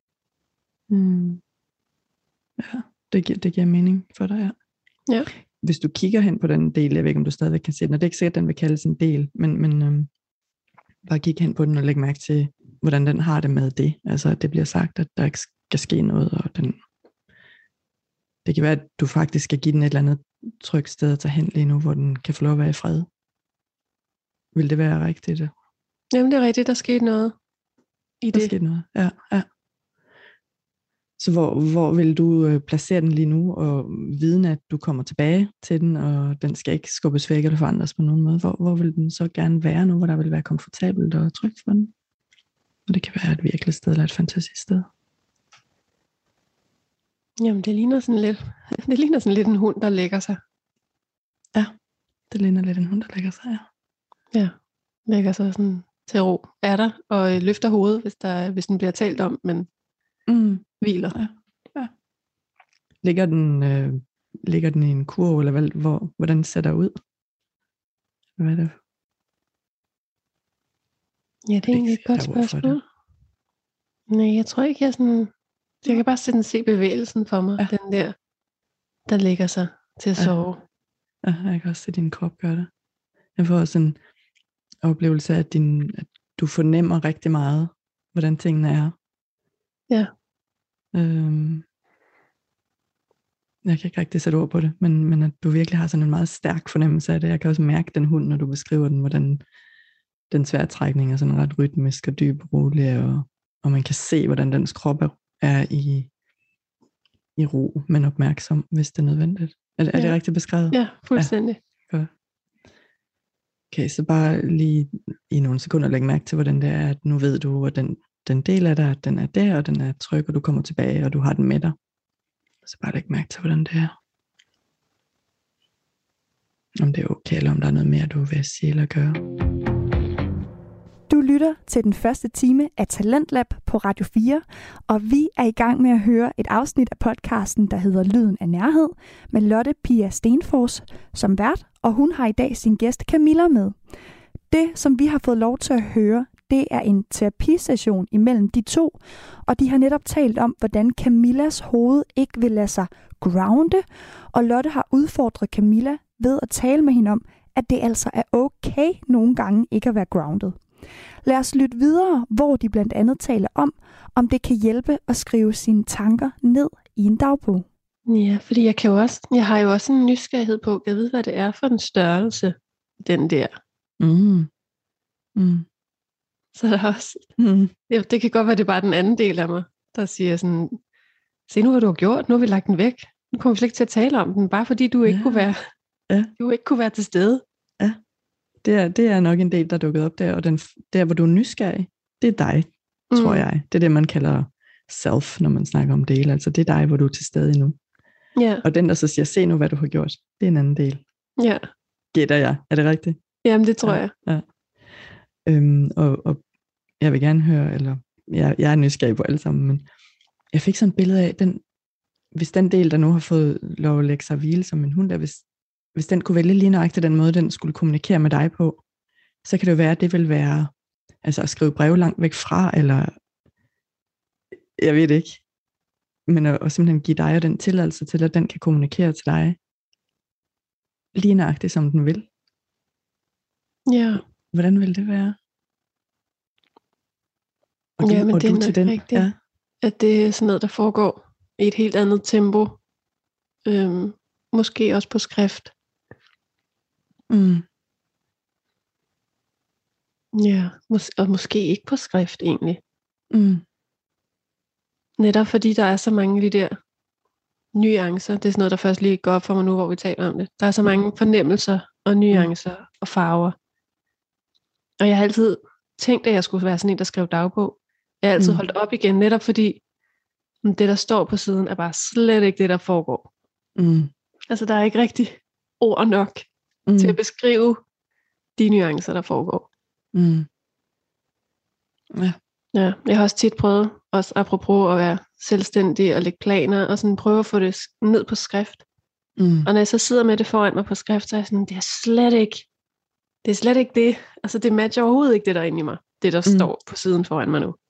[SPEAKER 2] Ja, det giver mening for dig, ja.
[SPEAKER 3] Ja.
[SPEAKER 2] Hvis du kigger hen på den del, jeg ved ikke, om du stadigvæk kan se den, og det er ikke sikkert, at den vil kaldes en del, men bare kig hen på den og læg mærke til, hvordan den har det med det. Altså, at det bliver sagt, at der ikke skal ske noget, og det kan være, at du faktisk skal give den et eller andet trygt sted at tage hen lige nu, hvor den kan få lov at være i fred. Vil det være rigtigt?
[SPEAKER 3] Jamen, det er rigtigt, der skete noget i det.
[SPEAKER 2] Der skete noget, ja. Så hvor vil du placere den lige nu, og viden, at du kommer tilbage til den, og den skal ikke skubbes væk eller forandres på nogen måde? Hvor vil den så gerne være nu, hvor der vil være komfortabelt og trygt for den? Og det kan være et virkelig sted, eller et fantastisk sted.
[SPEAKER 3] Jamen, det ligner sådan lidt en hund, der lægger sig.
[SPEAKER 2] Ja, det ligner lidt en hund, der lægger sig, ja. Ja,
[SPEAKER 3] lægger sig sådan til ro. Er der, og løfter hovedet, hvis den bliver talt om, men hviler.
[SPEAKER 2] Ja. Ligger den i en kurv, eller hvordan ser der ud? Hvad er det?
[SPEAKER 3] Ja, det er egentlig et godt spørgsmål. Nej, jeg tror ikke, jeg kan bare se bevægelsen for mig, den der ligger sig til at sove.
[SPEAKER 2] Ja, jeg kan også se, at din krop gør det. Jeg får også en oplevelse af, at du fornemmer rigtig meget, hvordan tingene er.
[SPEAKER 3] Ja.
[SPEAKER 2] Jeg kan ikke rigtig sætte ord på det, men at du virkelig har sådan en meget stærk fornemmelse af det. Jeg kan også mærke den hund, når du beskriver den, hvordan den sværtrækning er sådan ret rytmisk og dyb og rolig, og man kan se, hvordan dens krop er i ro, men opmærksom, hvis det er nødvendigt. Er det rigtigt beskrevet?
[SPEAKER 3] Ja, fuldstændig.
[SPEAKER 2] Ja, godt. Okay, så bare lige i nogle sekunder lægge mærke til, hvordan det er, at nu ved du, at den del af dig, den er der, og den er tryg, og du kommer tilbage, og du har den med dig. Så bare lægge mærke til, hvordan det er. Om det er okay, eller om der er noget mere, du vil sige eller gøre.
[SPEAKER 1] Du lytter til den første time af Talentlab på Radio 4, og vi er i gang med at høre et afsnit af podcasten, der hedder Lyden af Nærhed, med Lotte Pia Stenfors som vært, og hun har i dag sin gæst Camilla med. Det, som vi har fået lov til at høre, det er en terapisession imellem de to, og de har netop talt om, hvordan Camillas hoved ikke vil lade sig grounde, og Lotte har udfordret Camilla ved at tale med hende om, at det altså er okay nogle gange ikke at være grounded. Lad os lytte videre, hvor de blandt andet taler om det kan hjælpe at skrive sine tanker ned i en dagbog.
[SPEAKER 3] Ja, fordi jeg har jo også en nysgerrighed på, at vide, hvad det er for en størrelse, den der. Så der er også, det kan godt være, det er bare den anden del af mig, der siger sådan, se nu hvad du har gjort, nu har vi lagt den væk. Nu kommer vi slet ikke til at tale om den, bare fordi du ikke kunne være til stede.
[SPEAKER 2] Ja, det er nok en del, der er dukket op der, og der, hvor du er nysgerrig, det er dig, tror jeg. Det er det, man kalder self, når man snakker om del. Altså det er dig, hvor du er til stede nu.
[SPEAKER 3] Ja.
[SPEAKER 2] Og den, der så siger, se nu, hvad du har gjort, det er en anden del.
[SPEAKER 3] Ja.
[SPEAKER 2] Gætter jeg. Er det rigtigt?
[SPEAKER 3] Jamen, det tror jeg.
[SPEAKER 2] Ja. Og jeg vil gerne høre, eller jeg er nysgerrig på alle sammen, men jeg fik sådan et billede af, hvis den del, der nu har fået lov at lægge sig hvile som en hund, der, hvis den kunne vælge lige nøjagtigt den måde, den skulle kommunikere med dig på, så kan det jo være, at det vil være altså at skrive brev langt væk fra, eller jeg ved det ikke, men at simpelthen give dig den tilladelse til, at den kan kommunikere til dig lige nøjagtigt, som den vil.
[SPEAKER 3] Ja.
[SPEAKER 2] Hvordan vil det være?
[SPEAKER 3] Men det er nok rigtigt, at det er sådan noget, der foregår i et helt andet tempo. Måske også på skrift. Ja, og måske ikke på skrift egentlig. Netop fordi der er så mange af de der nuancer. Det er sådan noget, der først lige går op for mig nu, hvor vi taler om det. Der er så mange fornemmelser og nuancer og farver. Og jeg har altid tænkt, at jeg skulle være sådan en, der skrev dagbog. Jeg har altid holdt op igen, netop fordi det, der står på siden, er bare slet ikke det, der foregår. Altså, der er ikke rigtig ord nok til at beskrive de nuancer, der foregår. Ja, jeg har også tit prøvet, også apropos at være selvstændig og lægge planer, og sådan prøve at få det ned på skrift. Og når jeg så sidder med det foran mig på skrift, så er jeg sådan, det er slet ikke det. Altså, det matcher overhovedet ikke det, der er inde i mig. Det, der står på siden foran mig nu.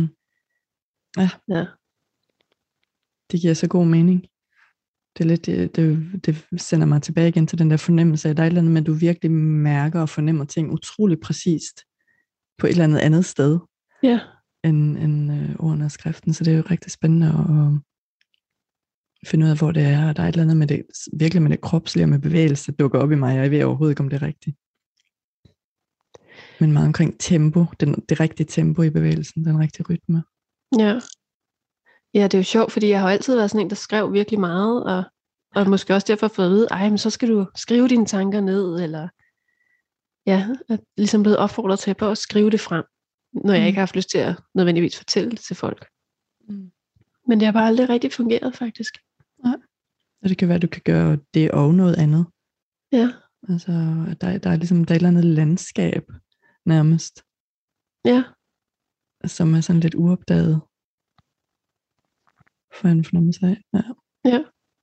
[SPEAKER 3] Ja.
[SPEAKER 2] Det giver så god mening. Det er lidt, det sender mig tilbage igen til den der fornemmelse af, der er et eller andet med, at du virkelig mærker og fornemmer ting utroligt præcist på et eller andet sted, end ordene og skriften. Så det er jo rigtig spændende at finde ud af, hvor det er. Og der er et eller andet med det, virkelig med det kropslige og med bevægelse, der dukker op i mig. Jeg ved overhovedet ikke, om det er rigtigt. Men meget omkring tempo, det rigtige tempo i bevægelsen, den rigtige rytme.
[SPEAKER 3] Ja, det er jo sjovt, fordi jeg har altid været sådan en, der skrev virkelig meget, og måske også derfor fået at vide, men så skal du skrive dine tanker ned, eller at ligesom blevet opfordret til at skrive det frem, når jeg ikke har haft lyst til at nødvendigvis fortælle det til folk. Men det har bare aldrig rigtig fungeret, faktisk.
[SPEAKER 2] Og det kan være, at du kan gøre det og noget andet.
[SPEAKER 3] Ja.
[SPEAKER 2] Altså, der er ligesom, der er et eller andet landskab, nærmest.
[SPEAKER 3] Ja.
[SPEAKER 2] Som er sådan lidt uopdaget. For en fornemmelse af.
[SPEAKER 3] Ja.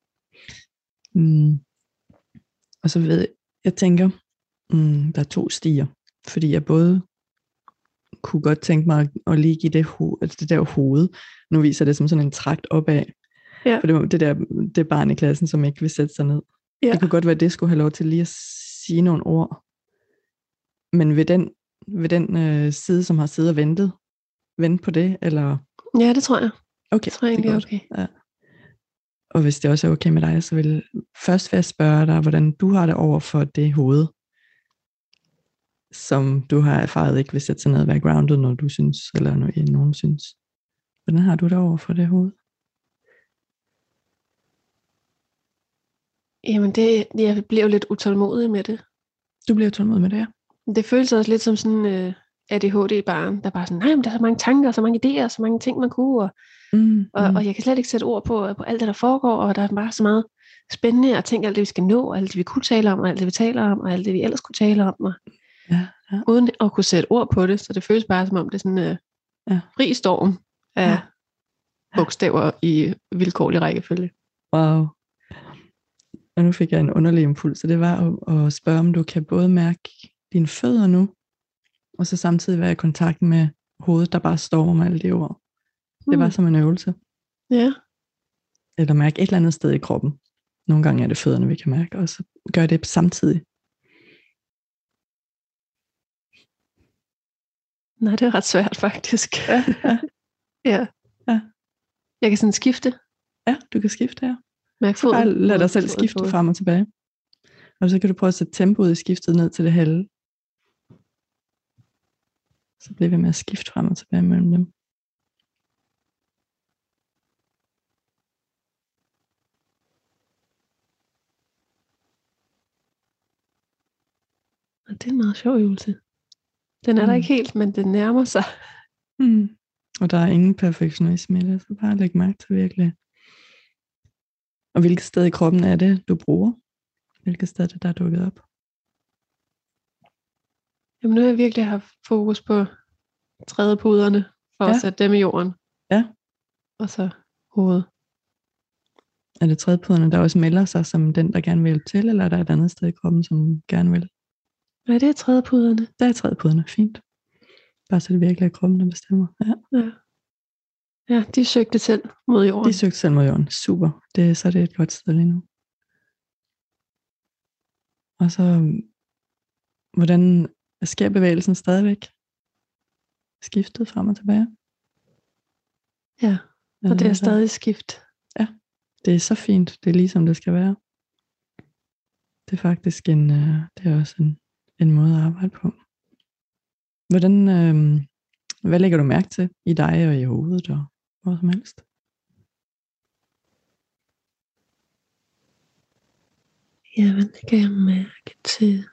[SPEAKER 2] Og så jeg tænker, der er 2 stier. Fordi jeg både kunne godt tænke mig at lige give det der hoved. Nu viser det som sådan en trakt opad. Ja. For det barn i klassen, som ikke vil sætte sig ned. Ja. Det kunne godt være, at det skulle have lov til lige at sige nogle ord. Men ved den side, som har siddet og vente på det, eller?
[SPEAKER 3] Ja, det tror jeg.
[SPEAKER 2] Okay,
[SPEAKER 3] det tror jeg egentlig er okay.
[SPEAKER 2] Ja. Og hvis det også er okay med dig, så vil først vil jeg spørge dig, hvordan du har det over for det hoved, som du har erfaret ikke vil sætte sig ned og være grounded, når du synes, eller når nogen synes. Hvordan har du det over for det hoved?
[SPEAKER 3] Jamen, jeg bliver jo lidt utålmodig med det.
[SPEAKER 2] Du bliver utålmodig med det, ja.
[SPEAKER 3] Det føles også lidt som sådan ADHD-barn, der bare sådan, nej, men der er så mange tanker, så mange idéer, så mange ting, man kunne, og jeg kan slet ikke sætte ord på alt det, der foregår, og der er bare så meget spændende at tænke alt det, vi skal nå, og alt det, vi kunne tale om, og alt det, vi taler om, og alt det, vi ellers kunne tale om, og uden at kunne sætte ord på det, så det føles bare som om det er sådan fri storm af bogstaver i vilkårlig rækkefølge.
[SPEAKER 2] Wow. Og nu fik jeg en underlig impuls, så det var at spørge, om du kan både mærke dine fødder nu, Og så samtidig være i kontakt med hovedet, der bare står med alle de ord. Det var som en øvelse.
[SPEAKER 3] Ja.
[SPEAKER 2] Eller mærke et eller andet sted i kroppen. Nogle gange er det fødderne, vi kan mærke, og så gør det samtidig.
[SPEAKER 3] Nej, det er ret svært faktisk.
[SPEAKER 2] Ja.
[SPEAKER 3] Ja.
[SPEAKER 2] Ja.
[SPEAKER 3] Jeg kan sådan skifte.
[SPEAKER 2] Ja, du kan skifte her.
[SPEAKER 3] Mærk
[SPEAKER 2] Så bare lad dig selv skifte frem og tilbage. Og så kan du prøve at sætte tempoet i skiftet ned til det halve. Så bliver vi med at skifte frem og tilbage mellem dem.
[SPEAKER 3] Det er en meget sjov øvelse. Den er der ikke helt, men den nærmer sig.
[SPEAKER 2] Og der er ingen perfektionisme i det, så bare læg mærke til virkelig. Og hvilket sted i kroppen er det, du bruger? Hvilket sted er det, der er dukket op?
[SPEAKER 3] Jamen nu har jeg virkelig haft fokus på trædepuderne, for at sætte dem i jorden.
[SPEAKER 2] Ja.
[SPEAKER 3] Og så hovedet.
[SPEAKER 2] Er det trædepuderne, der også melder sig som den, der gerne vil hjælpe til, eller er der et andet sted i kroppen, som gerne vil?
[SPEAKER 3] Nej, det er trædepuderne.
[SPEAKER 2] Der er trædepuderne, fint. Bare så det virkelig er kroppen, der bestemmer.
[SPEAKER 3] Ja, de søgte selv mod jorden.
[SPEAKER 2] De søgte selv mod jorden, super. Så er det et godt sted lige nu. Og så, hvordan sker bevægelsen stadigvæk? Skiftet frem og tilbage?
[SPEAKER 3] Ja, og det er stadig skift.
[SPEAKER 2] Ja, det er så fint. Det er ligesom det skal være. Det er faktisk det er også en måde at arbejde på. Hvad lægger du mærke til i dig og i hovedet og hvad som helst?
[SPEAKER 3] Ja, hvad lægger jeg mærke til?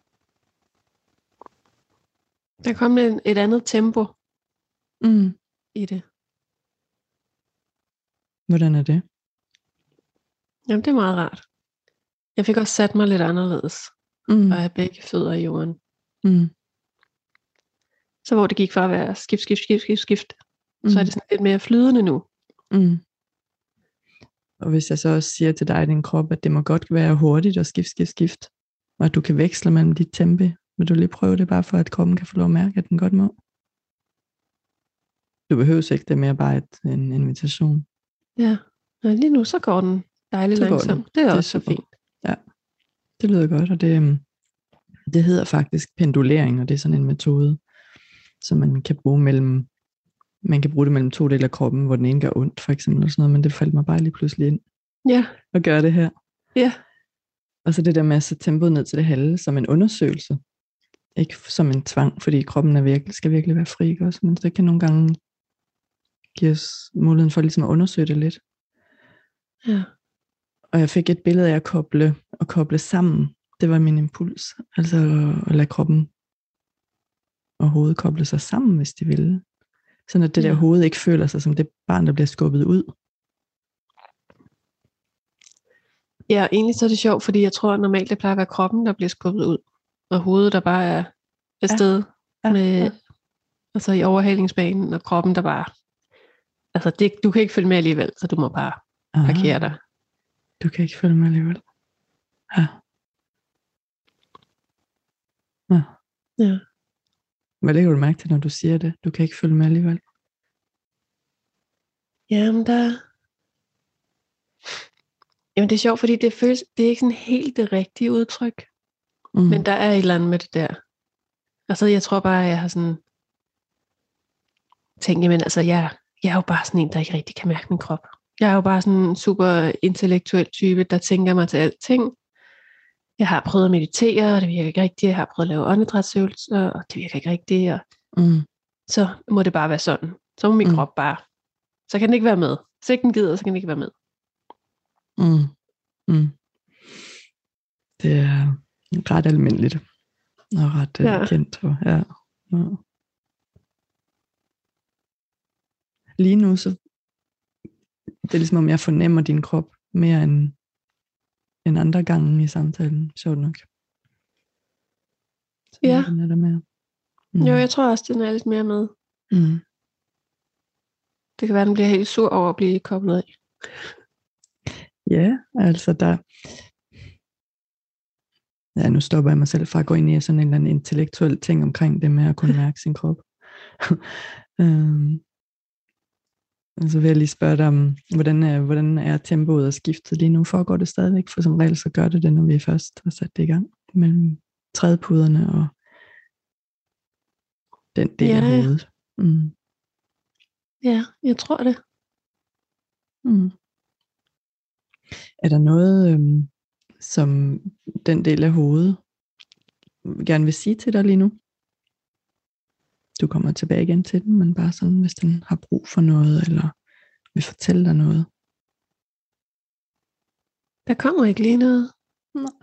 [SPEAKER 3] Der kom et andet tempo i det.
[SPEAKER 2] Hvordan er det?
[SPEAKER 3] Jamen, det er meget rart. Jeg fik også sat mig lidt anderledes. Og have begge fødder i jorden. Så hvor det gik fra at være skift, så er det sådan lidt mere flydende nu.
[SPEAKER 2] Og hvis jeg så også siger til dig i din krop, at det må godt være hurtigt og skift, og at du kan veksle mellem dit tempi, vil du lige prøve det bare for, at kroppen kan få lov at mærke, at den godt må? Du behøver ikke, det er mere bare en invitation.
[SPEAKER 3] Ja, og lige nu så går den dejligt langsomt. Det er også så fint.
[SPEAKER 2] Ja, det lyder godt, og det hedder faktisk pendulering, og det er sådan en metode, som man kan bruge det mellem to dele af kroppen, hvor den ene gør ondt, for eksempel, eller sådan noget, men det faldt mig bare lige pludselig ind.
[SPEAKER 3] Ja.
[SPEAKER 2] Og gøre det her.
[SPEAKER 3] Ja.
[SPEAKER 2] Og så det der med at sætte tempoet ned til det halve, som en undersøgelse. Ikke som en tvang, fordi kroppen skal virkelig være fri, ikke også? Men det kan nogle gange give os muligheden for ligesom at undersøge det lidt.
[SPEAKER 3] Ja.
[SPEAKER 2] Og jeg fik et billede af at koble sammen. Det var min impuls. Altså at lade kroppen og hovedet koble sig sammen, hvis de ville. Sådan at det der hoved ikke føler sig som det barn, der bliver skubbet ud.
[SPEAKER 3] Ja, egentlig så er det sjovt, fordi jeg tror at normalt det plejer at være kroppen, der bliver skubbet ud. Og hovedet, der bare er afsted med, altså i overhalingsbanen, og kroppen, der bare, altså du kan ikke følge med alligevel, så du må bare parkere dig.
[SPEAKER 2] Du kan ikke følge med alligevel. Ja. Hvad lægger du mærke til, når du siger det? Du kan ikke følge med alligevel.
[SPEAKER 3] Jamen det er sjovt, fordi det er ikke sådan helt det rigtige udtryk. Men der er et eller andet med det der. Altså jeg tror bare, at jeg har sådan tænkt, jamen altså jeg er jo bare sådan en, der ikke rigtig kan mærke min krop. Jeg er jo bare sådan en super intellektuel type, der tænker mig til alting. Jeg har prøvet at meditere, og det virker ikke rigtigt. Jeg har prøvet at lave åndedrætsøvelser, og det virker ikke rigtigt. Og så må det bare være sådan. Så må min krop bare. Så kan den ikke være med. Så ikke den gider, så kan den ikke være med.
[SPEAKER 2] Det er ret almindeligt. Og ret kendt. Og, ja. Lige nu, så det er ligesom om jeg fornemmer din krop mere end andre gange i samtalen, sjovt nok. Så
[SPEAKER 3] ja.
[SPEAKER 2] Den er der med.
[SPEAKER 3] Jo, jeg tror også, den er lidt mere med. Det kan være, den bliver helt sur over at blive koblet af.
[SPEAKER 2] Ja, altså Ja, nu stopper jeg mig selv fra at gå ind i sådan en eller anden intellektuel ting omkring det med at kunne mærke sin krop. Og så vil jeg lige spørge dig om, hvordan er tempoet og skiftet lige nu? Foregår det stadigvæk? For som regel så gør det, når vi først har sat det i gang. Mellem trædepuderne og den del af hovedet.
[SPEAKER 3] Ja, jeg tror det.
[SPEAKER 2] Er der noget, som den del af hovedet gerne vil sige til dig lige nu? Du kommer tilbage igen til den, men bare sådan, hvis den har brug for noget, eller vil fortælle dig noget.
[SPEAKER 3] Der kommer ikke lige noget.
[SPEAKER 2] Nej.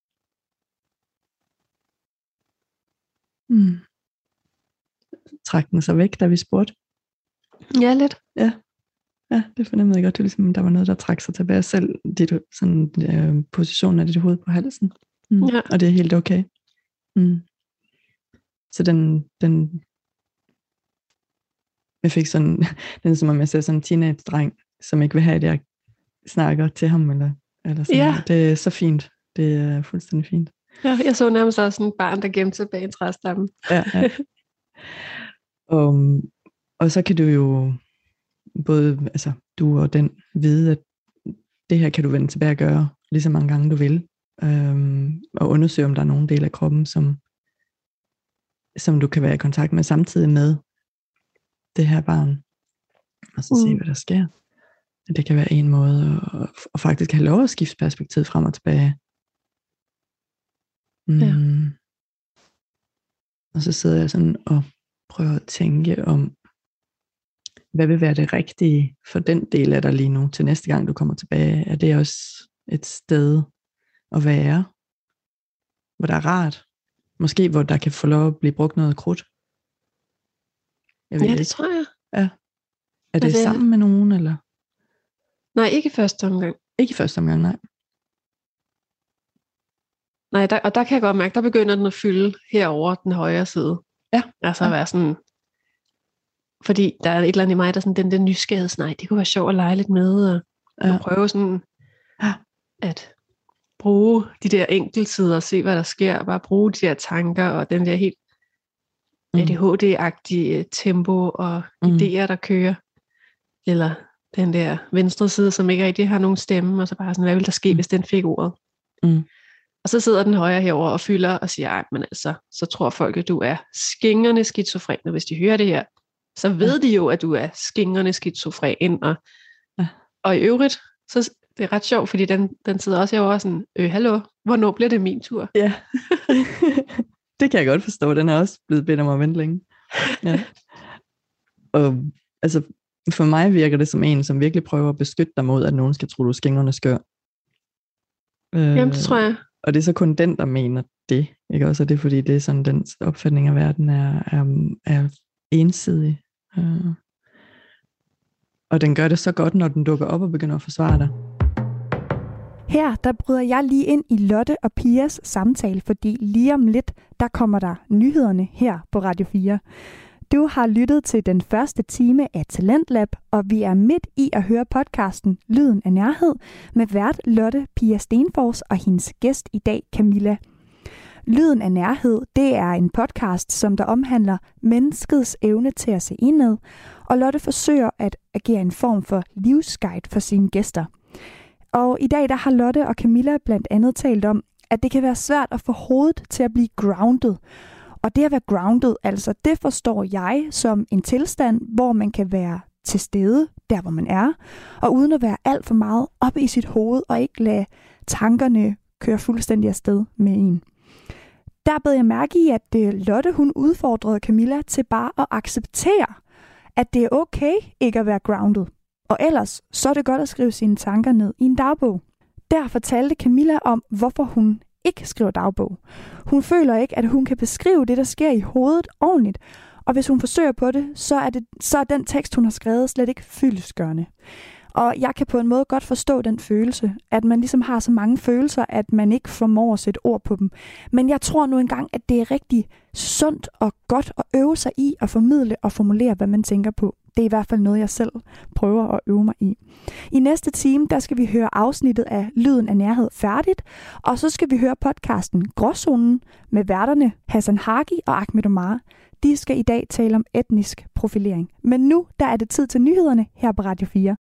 [SPEAKER 2] Træk den så væk, da vi spurgte?
[SPEAKER 3] Ja, lidt.
[SPEAKER 2] Ja, det fornemmede jeg godt. Det var ligesom, der var noget, der trak sig tilbage selv. Positionen af dit hoved på halsen.
[SPEAKER 3] Ja.
[SPEAKER 2] Og det er helt okay. Så den jeg fik sådan, den er som om jeg ser sådan en teenage-dreng, som ikke vil have, at jeg snakker til ham, eller sådan.
[SPEAKER 3] Ja.
[SPEAKER 2] Det er så fint. Det er fuldstændig fint.
[SPEAKER 3] Ja, jeg så nærmest også sådan et barn, der gemte sig bag en træstamme.
[SPEAKER 2] Ja. Og så kan du jo både, du og den vide, at det her kan du vende tilbage at gøre lige så mange gange du vil, og undersøge, om der er nogen del af kroppen, som du kan være i kontakt med samtidig med det her barn, og så se, hvad der sker. Det kan være en måde at faktisk have lov at skifte perspektiv frem og tilbage.
[SPEAKER 3] Ja.
[SPEAKER 2] Og så sidder jeg sådan og prøver at tænke om, hvad vil være det rigtige for den del af dig lige nu, til næste gang du kommer tilbage? Er det også et sted at være, hvor der er rart? Måske hvor der kan få lov at blive brugt noget krudt?
[SPEAKER 3] Ja, det tror jeg.
[SPEAKER 2] Ja. Er det sammen med nogen, eller?
[SPEAKER 3] Nej, ikke i første omgang.
[SPEAKER 2] Ikke i første omgang, nej.
[SPEAKER 3] Nej, der kan jeg godt mærke, der begynder den at fylde herover den højre side.
[SPEAKER 2] Ja.
[SPEAKER 3] Altså at være sådan, fordi der er et eller andet i mig, der er sådan den nysgerrighed, nej, det kunne være sjovt at lege lidt med, og prøve sådan, at bruge de der enkeltsider, og se hvad der sker, og bare bruge de der tanker, og den der helt ADHD-agtige tempo, og idéer, der kører, eller den der venstre side, som ikke rigtig har nogen stemme, og så bare sådan, hvad ville der ske, hvis den fik ordet? Og så sidder den højre herover og fylder og siger, ej, men altså, så tror folk, at du er skingrende skizofren, og hvis de hører det her, så ved de jo, at du er skingrende skizofren, og i øvrigt, så det er ret sjovt, fordi den sidder også herovre sådan, hallo, hvornår bliver det min tur?
[SPEAKER 2] Ja, det kan jeg godt forstå, den er også blevet bedt om at vente længe. Ja. Og altså, for mig virker det som en, som virkelig prøver at beskytte dig mod, at nogen skal tro, du er skingrende skør.
[SPEAKER 3] Jamen, det tror jeg.
[SPEAKER 2] Og det er så kun den, der mener det, ikke også? Og det er fordi, det er sådan, den opfatning af verden er ensidig. Og den gør det så godt, når den dukker op og begynder at forsvare dig.
[SPEAKER 1] Her, der bryder jeg lige ind i Lotte og Pias samtale, fordi lige om lidt, der kommer der nyhederne her på Radio 4. Du har lyttet til den første time af Talentlab, og vi er midt i at høre podcasten Lyden af Nærhed med vært Lotte Pia Stenfors og hendes gæst i dag, Camilla. Lyden af Nærhed, det er en podcast, som der omhandler menneskets evne til at se indad, og Lotte forsøger at agere en form for livsguide for sine gæster. Og i dag der har Lotte og Camilla blandt andet talt om, at det kan være svært at få hovedet til at blive grounded. Og det at være grounded, altså det forstår jeg som en tilstand, hvor man kan være til stede, der hvor man er, og uden at være alt for meget oppe i sit hoved, og ikke lade tankerne køre fuldstændig afsted med en. Der bed jeg mærke i, at Lotte hun udfordrede Camilla til bare at acceptere, at det er okay ikke at være grounded. Og ellers så er det godt at skrive sine tanker ned i en dagbog. Der fortalte Camilla om, hvorfor hun ikke skriver dagbog. Hun føler ikke, at hun kan beskrive det, der sker i hovedet ordentligt. Og hvis hun forsøger på det, så er den tekst, hun har skrevet, slet ikke fyldestgørende. Og jeg kan på en måde godt forstå den følelse, at man ligesom har så mange følelser, at man ikke formår at sætte ord på dem. Men jeg tror nu engang, at det er rigtig sundt og godt at øve sig i at formidle og formulere, hvad man tænker på. Det er i hvert fald noget, jeg selv prøver at øve mig i. I næste time, der skal vi høre afsnittet af Lyden af Nærhed færdigt, og så skal vi høre podcasten Gråzonen med værterne Hassan Hagi og Ahmed Omar. De skal i dag tale om etnisk profilering. Men nu, der er det tid til nyhederne her på Radio 4.